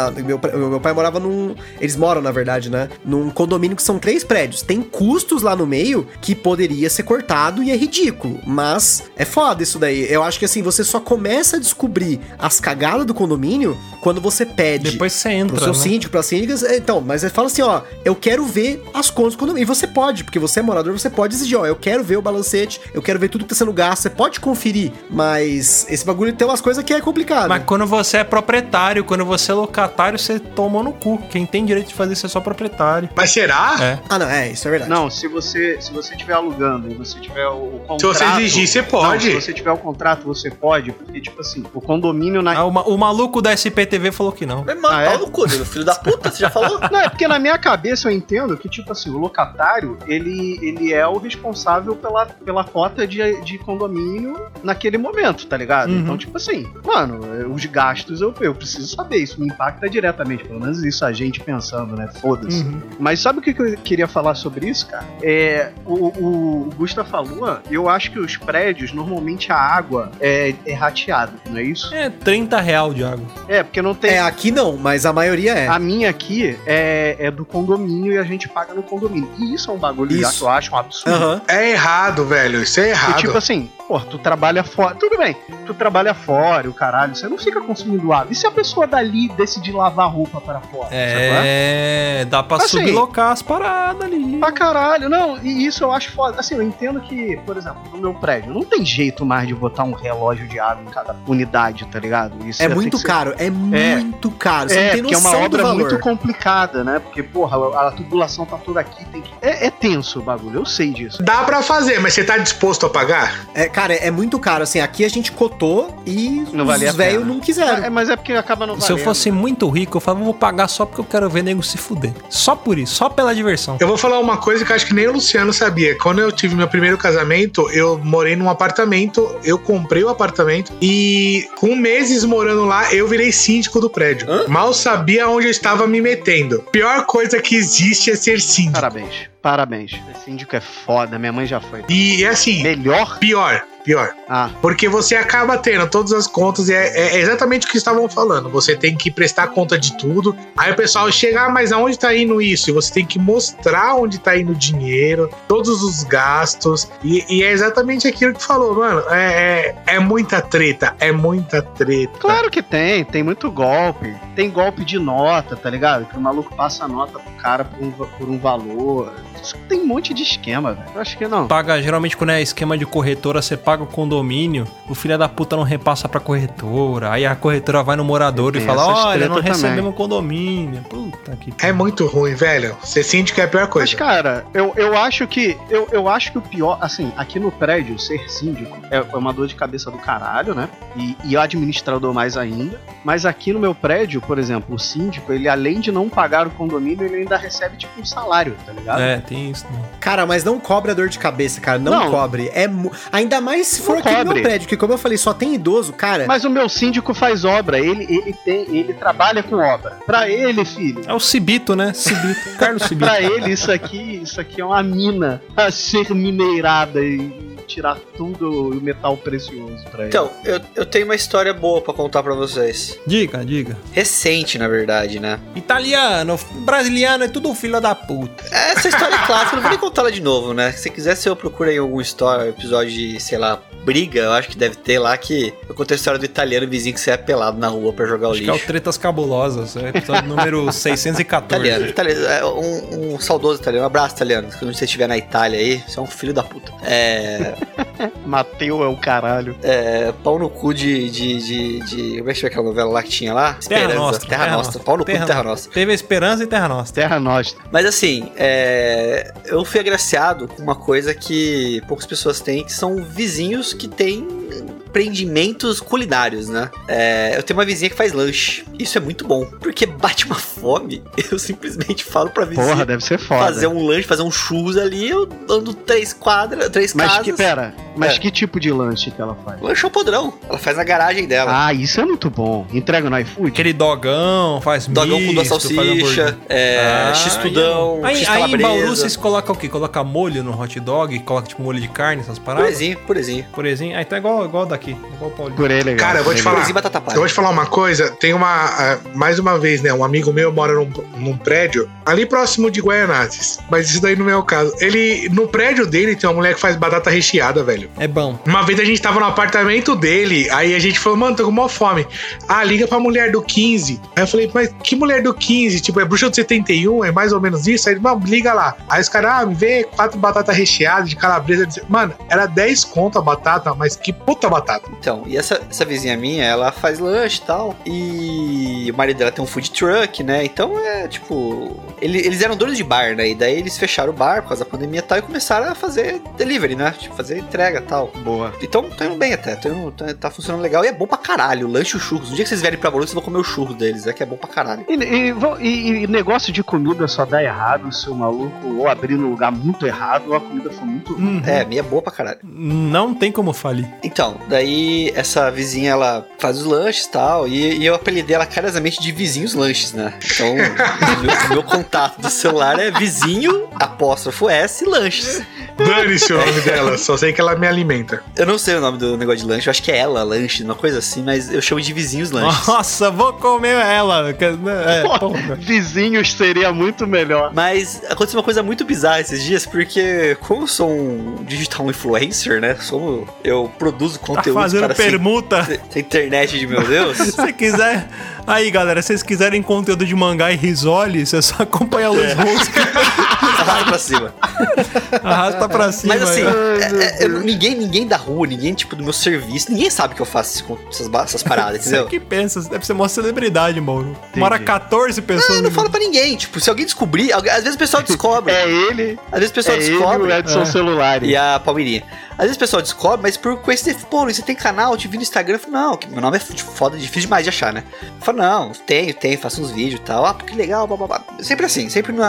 meu pai morava eles moram, na verdade, né? Num condomínio que são 3 prédios. Tem custos lá no meio que poderia ser cortado e é ridículo. Mas é foda isso daí. Eu acho que assim, você só começa a descobrir as cagadas do condomínio quando você pede. Depois você entra, pro seu síndico, pra síndicas. Então, mas ele fala assim, ó, eu quero ver as contas do condomínio. E você pode, porque você é morador, você pode exigir, ó, eu quero ver o balancete, eu quero ver tudo que tá sendo gasto. Você pode conferir, mas esse bagulho tem umas coisas que é complicado. Mas quando você é proprietário, quando você é locatário, você toma no cu. Quem tem direito de fazer isso é só proprietário. Mas será? É. Ah, não, isso é verdade. Não, se você estiver alugando e você tiver o contrato... Se você exigir, você pode. Não, se você tiver o contrato, você pode, porque, tipo assim, o condomínio... O maluco da SPTV falou que não. Mas mano, no cu, filho da puta, você já falou? Não, é porque na minha cabeça eu entendo que, tipo assim, o locatário, ele é o responsável pela cota de condomínio naquele momento, tá ligado? Uhum. Então, tipo assim, mano, os gastos eu preciso saber, isso me impacta diretamente, pelo menos isso a gente pensando, né? Foda-se. Uhum. Mas sabe o que eu queria falar sobre isso, cara? O Gusta falou, eu acho que os prédios, normalmente a água é rateada, não é isso? É R$30 de água. Porque não tem... aqui não, mas a maioria é. A minha aqui é do condomínio e a gente paga no condomínio. E isso é um bagulho que eu acho um absurdo. Uhum. É errado, velho. Isso é errado. E tipo assim, pô, tu trabalha fora. Tudo bem, tu trabalha fora, o caralho, você não fica consumindo água. E se a pessoa dali decidir lavar roupa para fora? Dá pra assim, sublocar as paradas ali. Pra caralho, não, e isso eu acho foda. Assim, eu entendo que, por exemplo, no meu prédio, não tem jeito mais de botar um relógio de água em cada unidade, tá ligado? Isso é muito caro, muito caro. Você não tem noção do valor. Porque é uma obra muito complicada, né? Porque, porra, a tubulação tá toda aqui, tem que... É tenso o bagulho, eu sei disso. Dá pra fazer, mas você tá disposto a pagar? Cara, é muito caro, assim, aqui a gente cotou e os velhos não quiseram. Mas é porque acaba não valendo. Se eu fosse muito rico, eu falava, vou pagar só porque eu quero ver nego se fuder. Só por isso, só pela diversão. Eu vou falar uma coisa que eu acho que nem o Luciano sabia. Quando eu tive meu primeiro casamento, eu morei num apartamento, eu comprei o apartamento e com meses morando lá, eu virei síndico do prédio. Mal sabia onde eu estava me metendo. Pior coisa que existe é ser síndico. Parabéns. Ser síndico é foda, minha mãe já foi. E é assim... Melhor? Pior. Porque você acaba tendo todas as contas e é exatamente o que estavam falando. Você tem que prestar conta de tudo. Aí o pessoal chega, mas aonde tá indo isso? E você tem que mostrar onde tá indo o dinheiro, todos os gastos. E é exatamente aquilo que falou, mano. É muita treta. É muita treta. Claro que tem muito golpe. Tem golpe de nota, tá ligado? Que o maluco passa a nota pro cara por um valor. Tem um monte de esquema, velho. Eu acho que não. Geralmente quando é esquema de corretora, você paga o condomínio, o filho da puta não repassa pra corretora. Aí a corretora vai no morador e fala, olha, não recebemos o condomínio. Puta que... É muito ruim, velho. Ser síndico é a pior coisa. Mas, cara, eu acho que o pior, assim, aqui no prédio, ser síndico é uma dor de cabeça do caralho, né? E o administrador mais ainda. Mas aqui no meu prédio, por exemplo, o síndico, ele além de não pagar o condomínio, ele ainda recebe tipo um salário, tá ligado? É, tem isso. Né? Cara, mas não cobre a dor de cabeça, cara. Não cobre. Ainda mais se for aqui no meu prédio, que como eu falei, só tem idoso, cara. Mas o meu síndico faz obra, ele trabalha com obra. Pra ele, filho. É o Cibito, né? Carlos Cibito. Pra ele, isso aqui é uma mina a ser mineirada e tirar tudo o metal precioso pra ele. Então, eu tenho uma história boa pra contar pra vocês. Diga. Recente, na verdade, né? Italiano, brasiliano, é tudo filho da puta. Essa história é clássica, eu não vou nem contar ela de novo, né? Se quiser, se eu procuro aí algum episódio de, sei lá, briga, eu acho que deve ter lá, que eu contei a história do italiano vizinho que saia pelado na rua pra jogar o lixo. Que é o Tretas Cabulosas, é o episódio número 614. Italiano, um saudoso italiano, um abraço italiano, quando você estiver na Itália aí, você é um filho da puta. Mateu é o caralho. Pau no cu de como é que chama aquela novela lá que tinha lá? Terra Nostra. Pau no cu de Terra Nostra. Teve a Esperança e Terra Nostra. Terra Nostra. Mas assim, eu fui agraciado com uma coisa que poucas pessoas têm, que são vizinhos que têm empreendimentos culinários, né? Eu tenho uma vizinha que faz lanche. Isso é muito bom, porque bate uma fome. Eu simplesmente falo pra vizinha. Porra, deve ser foda. Fazer um lanche, fazer um churros ali, eu ando 3 casas. Mas que tipo de lanche que ela faz? Lanche é um podrão. Ela faz na garagem dela. Ah, isso é muito bom. Entrega no iFood? Aquele dogão, faz dogão com duas salsicha, x-tudão, aí em Bauru vocês colocam o quê? Coloca molho no hot dog? Coloca tipo molho de carne, essas paradas? Purezinho. Aí tá igual daqui. Igual o Paulinho. Purê legal. Cara, eu vou te falar uma coisa. Tem mais uma vez, né? Um amigo meu mora num prédio ali próximo de Guaianazes. Mas isso daí não é o caso. No prédio dele tem uma mulher que faz batata recheada, velho. É bom. Uma vez a gente tava no apartamento dele, aí a gente falou, mano, tô com maior fome. Liga pra mulher do 15. Aí eu falei, mas que mulher do 15? Tipo, é bruxa do 71? É mais ou menos isso? Aí ele, não, liga lá. Aí os caras, me vê 4 batatas recheadas de calabresa. Mano, era 10 conto a batata, mas que puta batata. Então, e essa vizinha minha, ela faz lanche e tal, e o marido dela tem um food truck, né, então tipo, eles eram donos de bar, né, e daí eles fecharam o bar por causa da pandemia e tal, e começaram a fazer delivery, né, tipo, fazer entrega e tal. Boa. Então, tá indo bem até, tá funcionando legal, e é bom pra caralho, o lanche e o churros. No dia que vocês vierem pra Bauru, vocês vão comer o churros deles, que é bom pra caralho. E negócio de comida só dá errado se o maluco ou abrir num lugar muito errado, ou a comida for muito ruim. Minha é boa pra caralho. Não tem como falir. Então, daí essa vizinha, ela faz os lanches e tal, e eu apelidei ela carinhosamente de Vizinhos Lanches, né? Então, meu contato do celular é vizinho, _S, lanches. Dane-se o nome dela, só sei que ela me alimenta. Eu não sei o nome do negócio de lanche, eu acho que é ela, lanche, uma coisa assim, mas eu chamo de Vizinhos Lanches. Nossa, vou comer ela. Vizinhos seria muito melhor. Mas aconteceu uma coisa muito bizarra esses dias, porque como eu sou um digital influencer, né? Eu produzo conteúdo fazendo para permuta. Essa internet de meu Deus. Se você quiser... Aí, galera, se vocês quiserem conteúdo de mangá e risole, você só acompanha a Luz Rosca. Arrasta pra cima. Arrasta pra cima. Mas assim, ninguém da rua, ninguém tipo do meu serviço, ninguém sabe que eu faço essas paradas, entendeu? Você que pensa, deve ser uma celebridade, mano. Mora 14 pessoas. Eu não falo pra ninguém, tipo, se alguém descobrir, às vezes o pessoal descobre. É ele. Às vezes o pessoal descobre. Ele, o Edson Celular. E a Palmeirinha. Às vezes o pessoal descobre, mas por coincidência, pô, Luiz, você tem canal? Eu te vi no Instagram. Eu falei, não, meu nome é foda, difícil demais de achar, né? Eu falei, não, tenho, faço uns vídeos e tal. Que legal, blá, blá, blá. Sempre assim, sempre na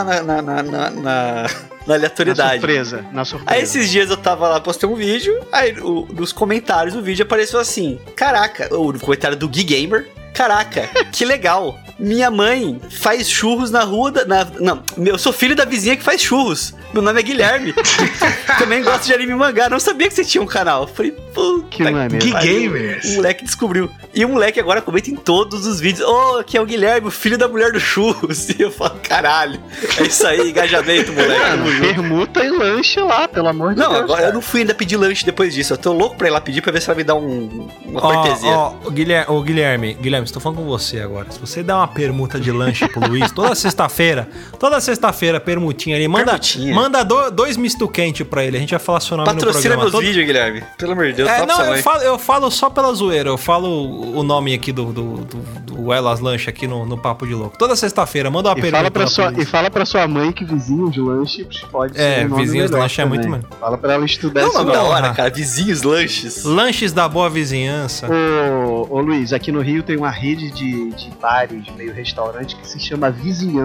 aleatoriedade. Na surpresa. Aí esses dias eu tava lá, postei um vídeo, aí nos comentários do vídeo apareceu assim, caraca, no comentário do Gui Gamer, caraca, que legal. Minha mãe faz churros na rua eu sou filho da vizinha que faz churros. Meu nome é Guilherme. Também gosto de anime e mangá. Não sabia que você tinha um canal. Eu falei, pô, que maneiro. Que gamers. O moleque descobriu. E o moleque agora comenta em todos os vídeos. Aqui é o Guilherme, o filho da mulher do churros. E eu falo, caralho. É isso aí, engajamento, moleque. Mano, permuta e lanche lá, pelo amor de Deus. Não, agora eu não fui ainda pedir lanche depois disso. Eu tô louco pra ir lá pedir pra ver se ela me dá uma cortesia. Guilherme, estou falando com você agora. Se você dá uma permuta de lanche pro Luiz, toda sexta-feira, permutinha ali, manda 2 misto quente pra ele, a gente vai falar seu nome Patrocina no programa. Patrocina meus vídeos, Guilherme. Pelo amor de Deus. Eu falo só pela zoeira, eu falo o nome aqui do Elas Lanche aqui no Papo de Louco. Toda sexta-feira, manda uma permuta. E fala pra sua mãe que Vizinhos de Lanche pode ser um nome Vizinhos de Lanche também. É muito melhor. Fala pra ela estudar esse nome. Da hora, cara. Vizinhos Lanches. Lanches da boa vizinhança. Ô Luiz, aqui no Rio tem uma rede de bares, meio restaurante, que se chama Vizinhando.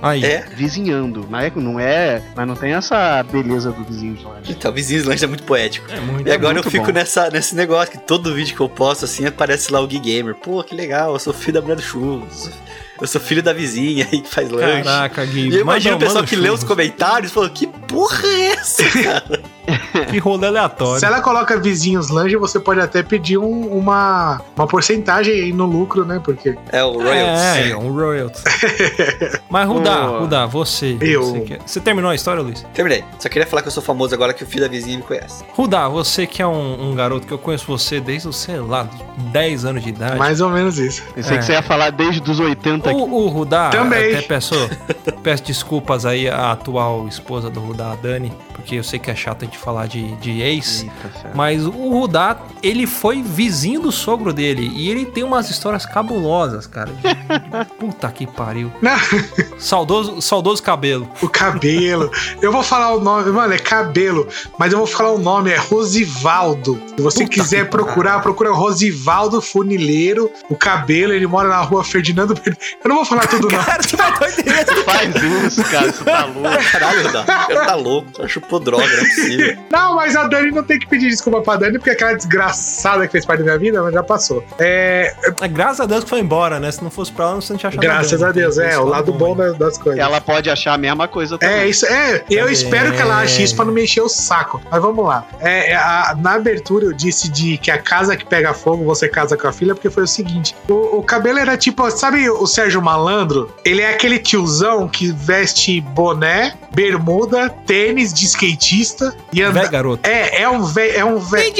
Aí. É? Vizinhando. Mas não tem essa beleza do Vizinhos Lange. Então, Vizinhos Lange é muito poético. É muito. E agora eu muito fico bom. nesse negócio que todo vídeo que eu posto, assim, aparece lá o Gui Gamer. Pô, que legal, eu sou filho da mulher do churros. Eu sou filho da vizinha aí que faz lanche. Caraca, Gui. E eu imagino o pessoal manda que lê os churros. comentários e falou, que porra é essa, cara? Que rolê aleatório. Se ela coloca Vizinhos Lange, você pode até pedir uma porcentagem aí no lucro, né? Porque É o Royals. Um royalties. Mas Rudá, você. Você terminou a história, Luiz? Terminei. Só queria falar que eu sou famoso agora que o filho da vizinha me conhece. Rudá, você que é um garoto que eu conheço você desde os, sei lá, 10 anos de idade. mais ou menos isso. Pensei que você ia falar desde os 80 aqui. O Rudá, Também. até peço desculpas aí à atual esposa do Rudá, a Dani, porque eu sei que é chato a gente falar de ex, mas o Rudá, ele foi vizinho do sogro dele e ele tem umas histórias cabulosas, cara. Puta que pariu. Não, Saudoso cabelo. o cabelo. Eu vou falar o nome, mano, é cabelo, mas eu vou falar o nome, é Rosivaldo. Se você Puta quiser que procura Rosivaldo Funileiro, o cabelo, ele mora na rua Ferdinando. Eu não vou falar tudo, não. Cara, você vai doideira. Faz isso, cara, você tá louco. Caralho, Rudá. O cara tá louco. Só chupou droga, não é possível. Não, mas a Dani não tem que pedir desculpa pra Dani, porque aquela desgraçada que fez parte da minha vida, mas já passou. Graças a Deus que foi embora, né? Se não fosse pra ela, não tinha achado Graças a Deus, o lado bom das coisas. Ela pode achar a mesma coisa também. Eu espero que ela ache isso pra não me encher o saco. Mas vamos lá. Na abertura eu disse que a casa que pega fogo, você casa com a filha, porque foi o seguinte: o cabelo era tipo, sabe o Sérgio Malandro? Ele é aquele tiozão que veste boné, bermuda, tênis de skatista e anda. Véi, garoto. É um velho.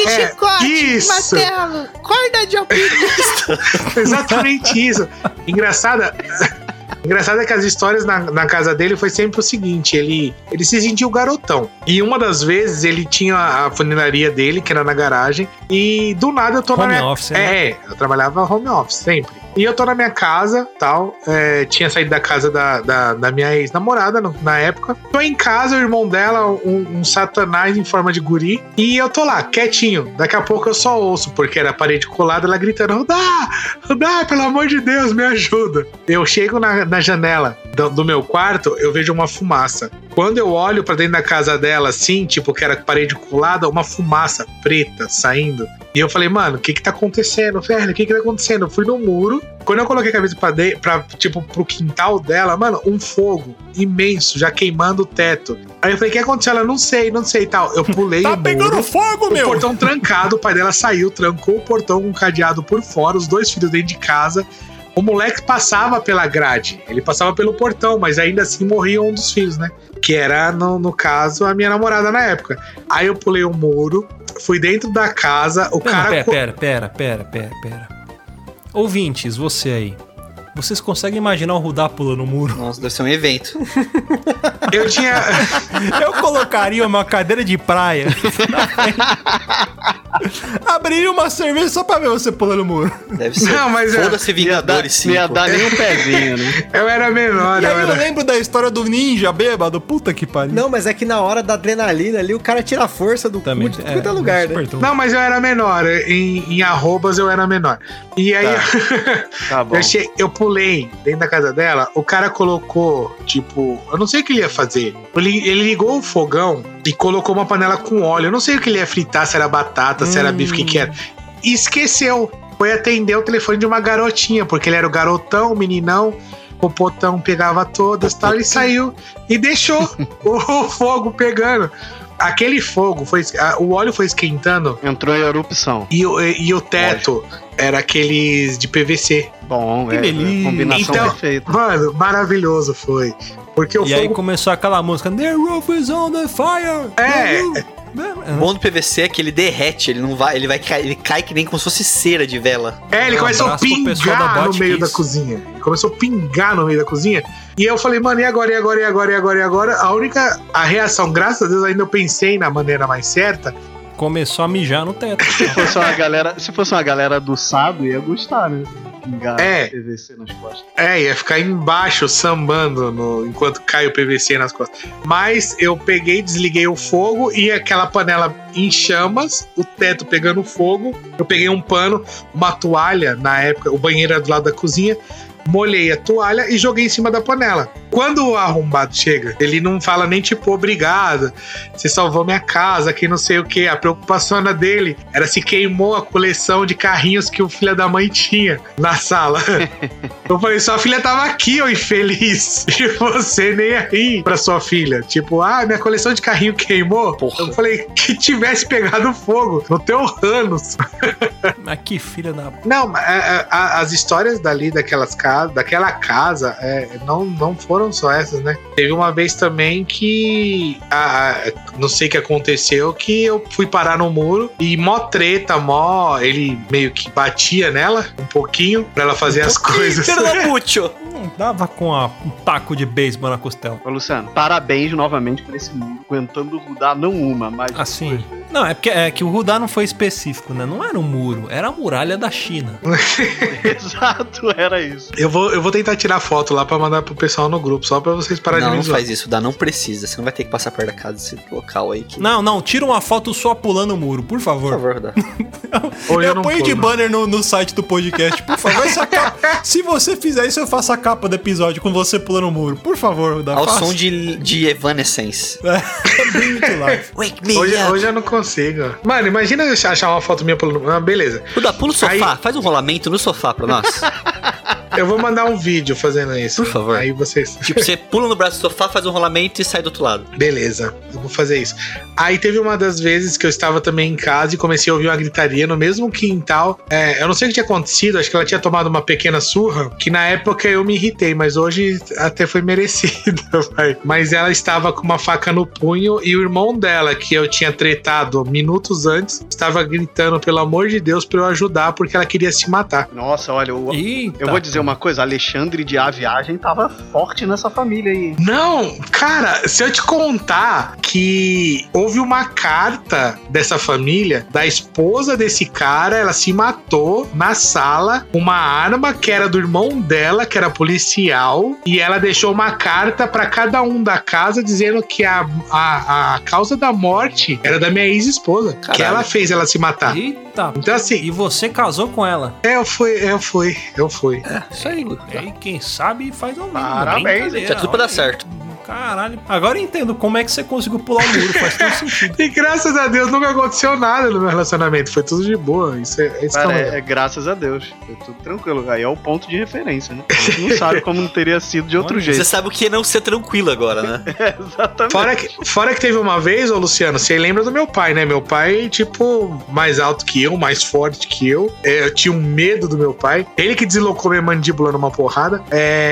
Isso! corda de alpinista. Exatamente isso. Engraçado é que as histórias na casa dele foi sempre o seguinte: ele se sentiu garotão. E uma das vezes ele tinha a funilaria dele, que era na garagem, e do nada eu tô Home office, né? eu trabalhava home office sempre. E eu tô na minha casa, tal, tinha saído da casa da minha ex-namorada na época. Tô em casa, o irmão dela, um satanás em forma de guri, e eu tô lá, quietinho. Daqui a pouco eu só ouço, porque era parede colada, ela gritando: Rudá, pelo amor de Deus, me ajuda. Eu chego na janela do meu quarto, eu vejo uma fumaça. Quando eu olho pra dentro da casa dela, assim, tipo, que era parede colada, uma fumaça preta saindo. E eu falei, mano, o que tá acontecendo, velho? O que tá acontecendo? Eu fui no muro. Quando eu coloquei a cabeça pro quintal dela, mano, um fogo imenso, já queimando o teto. Aí eu falei, o que aconteceu? Ela, não sei e tal. Eu pulei Tá o pegando muro, fogo, o meu! portão trancado, o pai dela saiu, trancou o portão com um cadeado por fora, os dois filhos dentro de casa. O moleque passava pela grade, ele passava pelo portão, mas ainda assim morria um dos filhos, né? Que era, no caso, a minha namorada na época. Aí eu pulei o muro, fui dentro da casa, Pera. Ouvintes, você aí. Vocês conseguem imaginar o Rudá pulando o muro? Nossa, deve ser um evento. Eu tinha... Eu colocaria uma cadeira de praia. Abriria uma cerveja só pra ver você pulando o muro. Deve ser. Não, mas Foda-se Vingadores 5. Não ia dar nem um pezinho, né? eu era menor, E aí eu lembro da história do ninja bêbado. Puta que pariu. Não, mas é que na hora da adrenalina ali, o cara tira a força do cu de tudo é lugar, né? Não, mas eu era menor. Em arrobas eu era menor. E aí Tá bom. eu pulei dentro da casa dela, o cara colocou, tipo, eu não sei o que ele ia fazer. Ele ligou o fogão e colocou uma panela com óleo. Eu não sei o que ele ia fritar, se era batata, se era bife, o que era. E esqueceu. Foi atender o telefone de uma garotinha, porque ele era o garotão, o meninão. O potão pegava todas e tal. Ele saiu e deixou o fogo pegando. Aquele fogo, o óleo foi esquentando. Entrou em erupção. E o teto era aqueles de PVC. Bom, Que delícia. Combinação Então, perfeita. mano, maravilhoso foi. Porque o E fogo... aí começou aquela música The roof is on the fire. O bom do PVC é que ele derrete, ele cai que nem como se fosse cera de vela. Ele começou a abraço pro pessoal da pingar no meio da Botkiss. cozinha. Ele começou a pingar no meio da cozinha. E eu falei, mano, e agora? A reação, graças a Deus, ainda eu pensei na maneira mais certa. Começou a mijar no teto. Se fosse uma galera do Sado, ia gostar, né? Pingar PVC nas costas. Ia ficar embaixo sambando enquanto cai o PVC nas costas. Mas eu peguei, desliguei o fogo e aquela panela em chamas, o teto pegando fogo. Eu peguei um pano, uma toalha, na época, o banheiro era do lado da cozinha. Molhei a toalha e joguei em cima da panela. quando o arrombado chega, ele não fala nem tipo, obrigado, você salvou minha casa, que não sei o que. A preocupação era dele era se queimou a coleção de carrinhos que o filho da mãe tinha na sala. Eu falei, sua filha tava aqui, ô infeliz, e você nem aí pra sua filha. Tipo, minha coleção de carrinho queimou. Porra. Eu falei, que tivesse pegado fogo no teu Ranos. Mas que filha da... Não, as histórias daquela casa, não foram só essas, né? Teve uma vez também que, não sei o que aconteceu, que eu fui parar no muro e mó treta, ele meio que batia nela um pouquinho pra ela fazer as coisas. Dava com um taco de beisebol na costela. Ô, Luciano, parabéns novamente por esse mundo, aguentando rodar não uma, mas... Assim... Não, é porque que o Rudá não foi específico, né? Não era um muro, era a muralha da China. Exato, era isso. Eu vou tentar tirar foto lá pra mandar pro pessoal no grupo, só pra vocês pararem de me Não zoar. faz isso, Rudá, não precisa. Você não vai ter que passar perto da casa desse local aí. Não, tira uma foto só pulando o muro, por favor. Por favor, Rudá. Eu ponho de banner no site do podcast, por favor. Se você fizer isso, eu faço a capa do episódio com você pulando o muro. Por favor, Rudá. Ao som de Evanescence. Bring me to life. Wake me Hoje up. eu não consigo. Mano, imagina eu achar uma foto minha pulando. Beleza. Rudá, pula o sofá, faz um rolamento no sofá pra nós. Eu vou mandar um vídeo fazendo isso. Por favor. Aí vocês... Tipo, você pula no braço do sofá, faz um rolamento e sai do outro lado. Beleza, eu vou fazer isso. Aí teve uma das vezes que eu estava também em casa e comecei a ouvir uma gritaria no mesmo quintal. Eu não sei o que tinha acontecido, acho que ela tinha tomado uma pequena surra, que na época eu me irritei, mas hoje até foi merecida, vai. Mas ela estava com uma faca no punho e o irmão dela, que eu tinha tretado minutos antes, estava gritando, pelo amor de Deus, pra eu ajudar, porque ela queria se matar. Nossa, olha, eu vou dizer uma coisa, Alexandre de A Viagem tava forte nessa família aí. Não, cara, se eu te contar que houve uma carta dessa família, da esposa desse cara, ela se matou na sala, uma arma que era do irmão dela, que era policial, e ela deixou uma carta pra cada um da casa dizendo que a causa da morte era da minha ex-esposa, que ela fez ela se matar. Eita. Então assim... E você casou com ela? Eu fui. Isso aí, E aí, quem sabe faz um Parabéns, Tinha tudo pra dar certo. Caralho. Agora eu entendo como é que você conseguiu pular o muro, faz todo sentido. E graças a Deus nunca aconteceu nada no meu relacionamento, foi tudo de boa. Isso Cara, graças a Deus, foi tudo tranquilo. Aí é o ponto de referência, né? A gente não sabe como não teria sido de outro jeito. Você sabe o que é não ser tranquilo agora, né? Exatamente. Fora que teve uma vez, ô Luciano, você lembra do meu pai, né? Meu pai, tipo, mais alto que eu, mais forte que eu. Eu tinha um medo do meu pai. Ele que deslocou minha mandíbula numa porrada.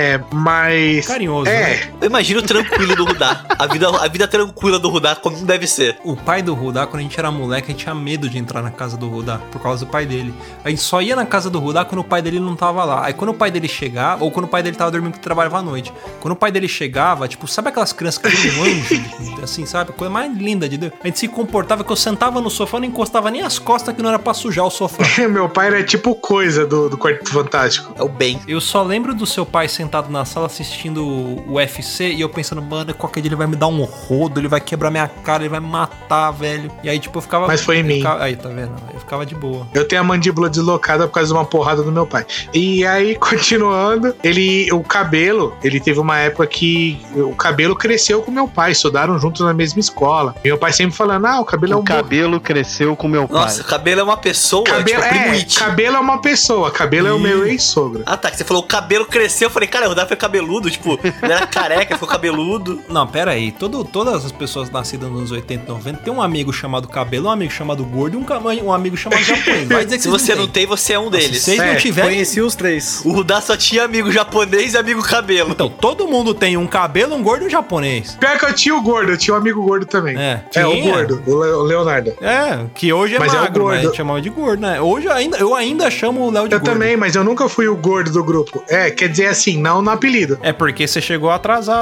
Mas... Carinhoso, né? Eu imagino o tranquilo do Rudá. A vida tranquila do Rudá, como deve ser. O pai do Rudá, quando a gente era moleque, a gente tinha medo de entrar na casa do Rudá, por causa do pai dele. A gente só ia na casa do Rudá quando o pai dele não tava lá. Aí quando o pai dele chegava, ou quando o pai dele tava dormindo, porque trabalhava à noite. Quando o pai dele chegava, tipo, sabe aquelas crianças que tem um anjo, assim, sabe? Coisa mais linda de Deus. A gente se comportava que eu sentava no sofá, não encostava nem as costas, que não era pra sujar o sofá. Meu pai era tipo coisa do Quarteto Fantástico. É o bem. Eu só lembro do seu pai sentado na sala assistindo o UFC e eu pensando, mano, qualquer dia ele vai me dar um rodo, ele vai quebrar minha cara, ele vai me matar, velho. E aí, tipo, eu ficava... Mas foi em mim. Aí, tá vendo? Eu ficava de boa. Eu tenho a mandíbula deslocada por causa de uma porrada do meu pai. E aí, continuando, o cabelo, ele teve uma época que o cabelo cresceu com meu pai, estudaram juntos na mesma escola. E meu pai sempre falando, o cabelo é um... O cabelo cresceu com meu pai. Nossa, cabelo é uma pessoa, cabelo, tipo, primo It. Cabelo é uma pessoa, cabelo é o meu ex-sogro. Ah, tá, que você falou, o cabelo cresceu, eu falei, cara, o Rudá foi cabeludo, tipo, ele era careca, ficou cabeludo. Não, pera aí, todas as pessoas nascidas nos 80 e 90 tem um amigo chamado cabelo, um amigo chamado gordo e um amigo chamado japonês. Vai dizer que se você não tem, você é um deles. Se vocês não tiverem... Conheci os três. O Rudá só tinha amigo japonês e amigo cabelo. Então, todo mundo tem um cabelo, um gordo e um japonês. Pior que eu tinha o gordo, eu tinha um amigo gordo também. O gordo, o Leonardo. Que hoje é mas magro, é o gordo. Mas a gente chamava de gordo, né? Hoje eu ainda chamo o Léo de gordo. Eu também, mas eu nunca fui o gordo do grupo. Quer dizer assim, não no apelido. É porque você chegou atrasado, né?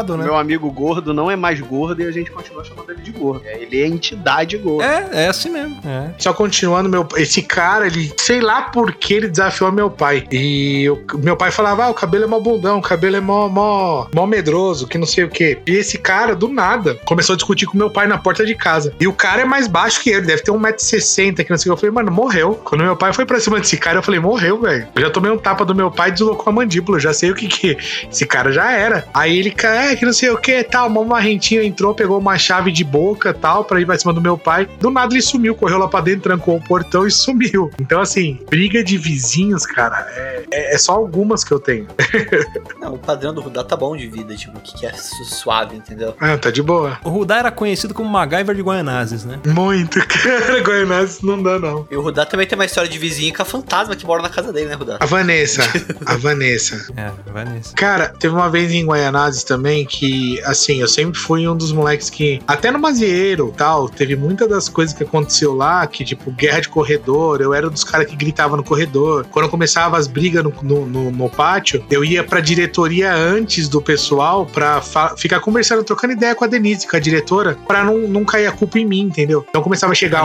amigo gordo não é mais gordo e a gente continua chamando ele de gordo. Ele é entidade gordo. É assim mesmo. É. Só continuando, esse cara, ele, sei lá por que ele desafiou meu pai. E meu pai falava, o cabelo é mó bundão, o cabelo é mó medroso, que não sei o quê. E esse cara, do nada, começou a discutir com meu pai na porta de casa. E o cara é mais baixo que ele, deve ter 1,60m, que não sei o que. Eu falei, mano, morreu. Quando meu pai foi pra cima desse cara, eu falei, morreu, velho. Eu já tomei um tapa do meu pai e deslocou a mandíbula, eu já sei o que esse cara já era. Aí ele, que não sei o que, tal, uma marrentinha entrou, pegou uma chave de boca, tal, pra ir pra cima do meu pai. Do nada ele sumiu, correu lá pra dentro, trancou o portão e sumiu. Então, assim, briga de vizinhos, cara, é só algumas que eu tenho. Não, o padrão do Rudá tá bom de vida, tipo, que é suave, entendeu? Tá de boa. O Rudá era conhecido como MacGyver de Guaianazes, né? Muito, cara, Guaianazes não dá, não. E o Rudá também tem uma história de vizinho com a fantasma que mora na casa dele, né, Rudá? A Vanessa. A Vanessa. Cara, teve uma vez em Guaianazes também que, assim, eu sempre fui um dos moleques que, até no Mazieiro, tal, teve muitas das coisas que aconteceu lá, que, tipo, guerra de corredor, eu era um dos caras que gritava no corredor. Quando começava as brigas no pátio, eu ia pra diretoria antes do pessoal pra ficar conversando, trocando ideia com a Denise, com a diretora, pra não cair a culpa em mim, entendeu? Então começava a chegar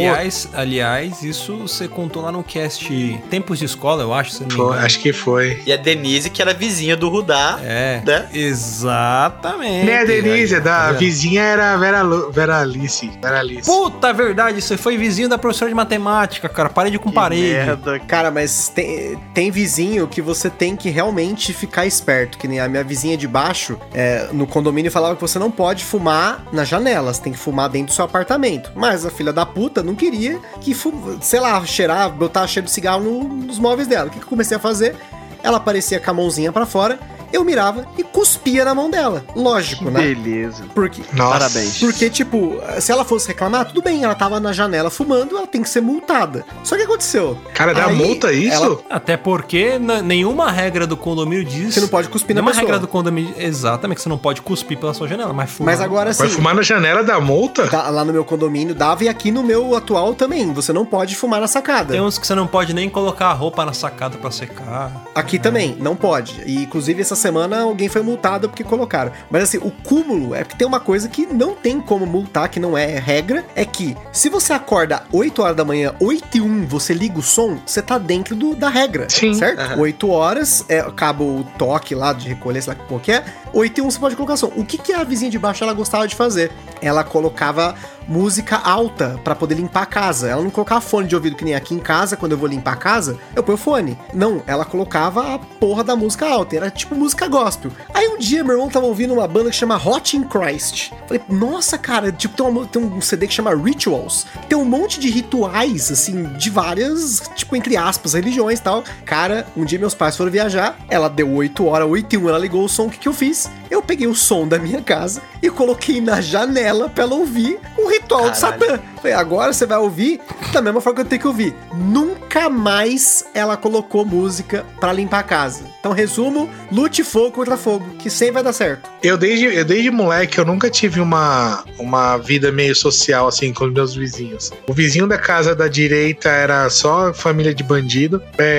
Aliás, isso você contou lá no cast Tempos de Escola, eu acho, se não me engano. Acho que foi. E a Denise, que era vizinha do Rudá. Né? Exatamente. Nem a Denise, a vizinha era a Vera Alice. Puta, verdade, você foi vizinho da professora de matemática, cara, parede com parede. Merda. Cara, mas tem vizinho que você tem que realmente ficar esperto, que nem a minha vizinha de baixo, no condomínio falava que você não pode fumar nas janelas, tem que fumar dentro do seu apartamento. Mas a filha da puta não queria que, sei lá, botar cheiro de cigarro nos móveis dela. O que eu comecei a fazer? Ela aparecia com a mãozinha pra fora, eu mirava e cuspia na mão dela. Lógico, né? Beleza. Parabéns. Porque, tipo, se ela fosse reclamar, tudo bem, ela tava na janela fumando, ela tem que ser multada. Só que aconteceu? Cara, dá multa isso? Até porque nenhuma regra do condomínio diz... Você não pode cuspir na pessoa. Nenhuma regra do condomínio... Exatamente, que você não pode cuspir pela sua janela, mas fumar... Mas agora, assim... Vai fumar na janela da multa? Lá no meu condomínio dava, e aqui no meu atual também. Você não pode fumar na sacada. Tem uns que você não pode nem colocar a roupa na sacada pra secar. Aqui também, não pode. E, inclusive, essa semana alguém foi multado porque colocaram. Mas assim, o cúmulo é que tem uma coisa que não tem como multar, que não é regra, é que se você acorda 8 horas da manhã, 8h01, você liga o som, você tá dentro da regra. Sim. Certo? 8 horas, acaba o toque lá de recolher, sei lá que porra que é. 8h01 você pode colocar som. O que a vizinha de baixo ela gostava de fazer? Ela colocava música alta pra poder limpar a casa. Ela não colocava fone de ouvido que nem aqui em casa, quando eu vou limpar a casa, eu ponho fone. Não, ela colocava a porra da música alta. Era tipo música gospel. Aí um dia meu irmão tava ouvindo uma banda que chama Hot in Christ. Falei, nossa, cara, tipo, tem um CD que chama Rituals. Tem um monte de rituais, assim, de várias, tipo, entre aspas, religiões e tal. Cara, um dia meus pais foram viajar, ela deu 8 horas, 8h01, ela ligou o som, o que eu fiz? Eu peguei o som da minha casa e coloquei na janela pra ela ouvir o ritual de Satã. Falei, agora você vai ouvir da mesma forma que eu tenho que ouvir. Nunca mais ela colocou música pra limpar a casa. Então, resumo, lute fogo contra fogo, que sempre vai dar certo. Eu desde moleque, eu nunca tive uma vida meio social, assim, com os meus vizinhos. O vizinho da casa da direita era só família de bandido.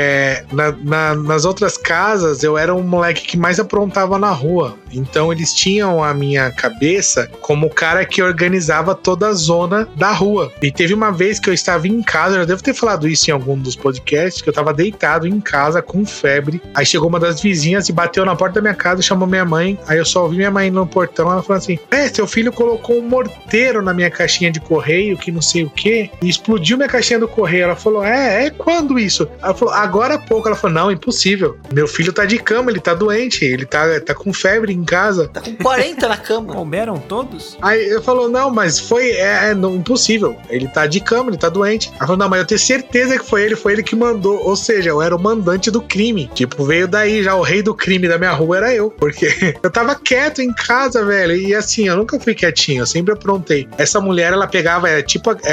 Nas outras casas, eu era um moleque que mais aprontava na rua. Então, eles tinham a minha cabeça como o cara que organizava toda a zona da rua. E teve uma vez que eu estava em casa, eu já devo ter falado isso em algum dos podcasts, que eu estava deitado em casa com febre. Aí chegou uma das vizinhas e bateu na porta da minha casa, chamou minha mãe. Aí eu só ouvi minha mãe no portão, ela falou assim: seu filho colocou um morteiro na minha caixinha de correio, que não sei o que, e explodiu minha caixinha do correio. Ela falou, quando isso? Ela falou, agora há pouco. Ela falou, não, impossível. Meu filho tá de cama, ele tá doente, ele tá com febre em casa. Tá com 40 na cama. Couberam todos? Aí eu falou, não, mas foi, não, impossível. Ele tá de cama, ele tá doente. Ela falou, não, mas eu tenho certeza que foi ele que mandou. Ou seja, eu era o mandante do crime. Tipo, veio daí já, o rei do crime da minha rua era eu. Porque eu tava quieto em casa, velho. E assim, eu nunca fui quietinho, eu sempre aprontei. Essa mulher, ela pegava,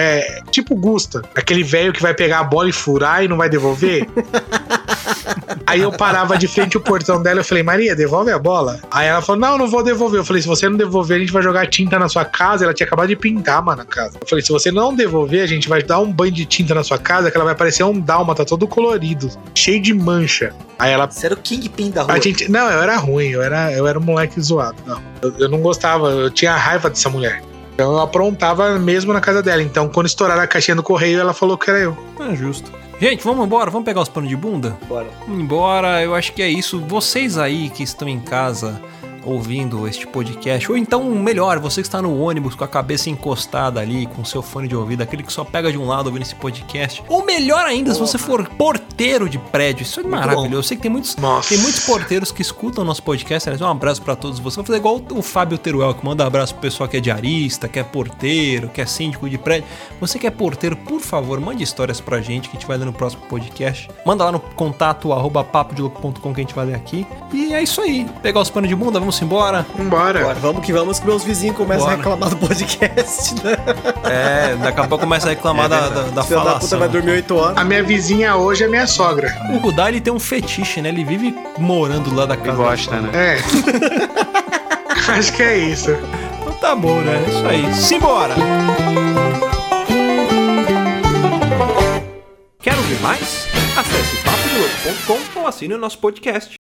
tipo Gusta, aquele velho que vai pegar a bola e furar e não vai devolver. Aí eu parava de frente ao portão dela, eu falei, Maria, devolve a bola. Aí ela falou, não vou devolver. Eu falei, se você não devolver, a gente vai jogar tinta na sua casa. Ela tinha acabado de pintar, mano, a casa. Eu falei, se você não devolver, a gente vai dar um banho de tinta na sua casa, que ela vai parecer um dálmata todo colorido, cheio de mancha. Aí ela... Você era o Kingpin da rua. Não, eu era ruim, eu era um moleque zoado. Não, eu não gostava, eu tinha raiva dessa mulher. Então eu aprontava mesmo na casa dela. Então quando estouraram a caixinha do correio, ela falou que era eu. É justo. Gente, vamos embora? Vamos pegar os panos de bunda? Bora. Vamos embora, eu acho que é isso. Vocês aí que estão em casa ouvindo este podcast, ou então, melhor, você que está no ônibus com a cabeça encostada ali, com seu fone de ouvido, aquele que só pega de um lado ouvindo esse podcast, ou melhor ainda, se você for porteiro de prédio, isso é maravilhoso. Eu sei que tem muitos porteiros que escutam o nosso podcast, né? Um abraço pra todos vocês. Vou fazer igual o Fábio Teruel, que manda abraço pro pessoal que é diarista, que é porteiro, que é síndico de prédio. Você que é porteiro, por favor, mande histórias pra gente, que a gente vai ler no próximo podcast. Manda lá no contato @papodelouco.com que a gente vai ler aqui. E é isso aí. Pegar os panos de bunda, vamos embora? Vambora. Vamos que meus vizinhos começam a reclamar do podcast, né? Daqui a pouco começa a reclamar da Filho da puta falação. vai dormir 8 horas. A minha vizinha hoje é minha sogra. O Rudá, ele tem um fetiche, né? Ele vive morando lá da casa. Gosta, né? É. Acho que é isso. Então tá bom, né? É isso aí. Simbora! Quer ouvir mais? Acesse papodelouco.com ou assine o nosso podcast.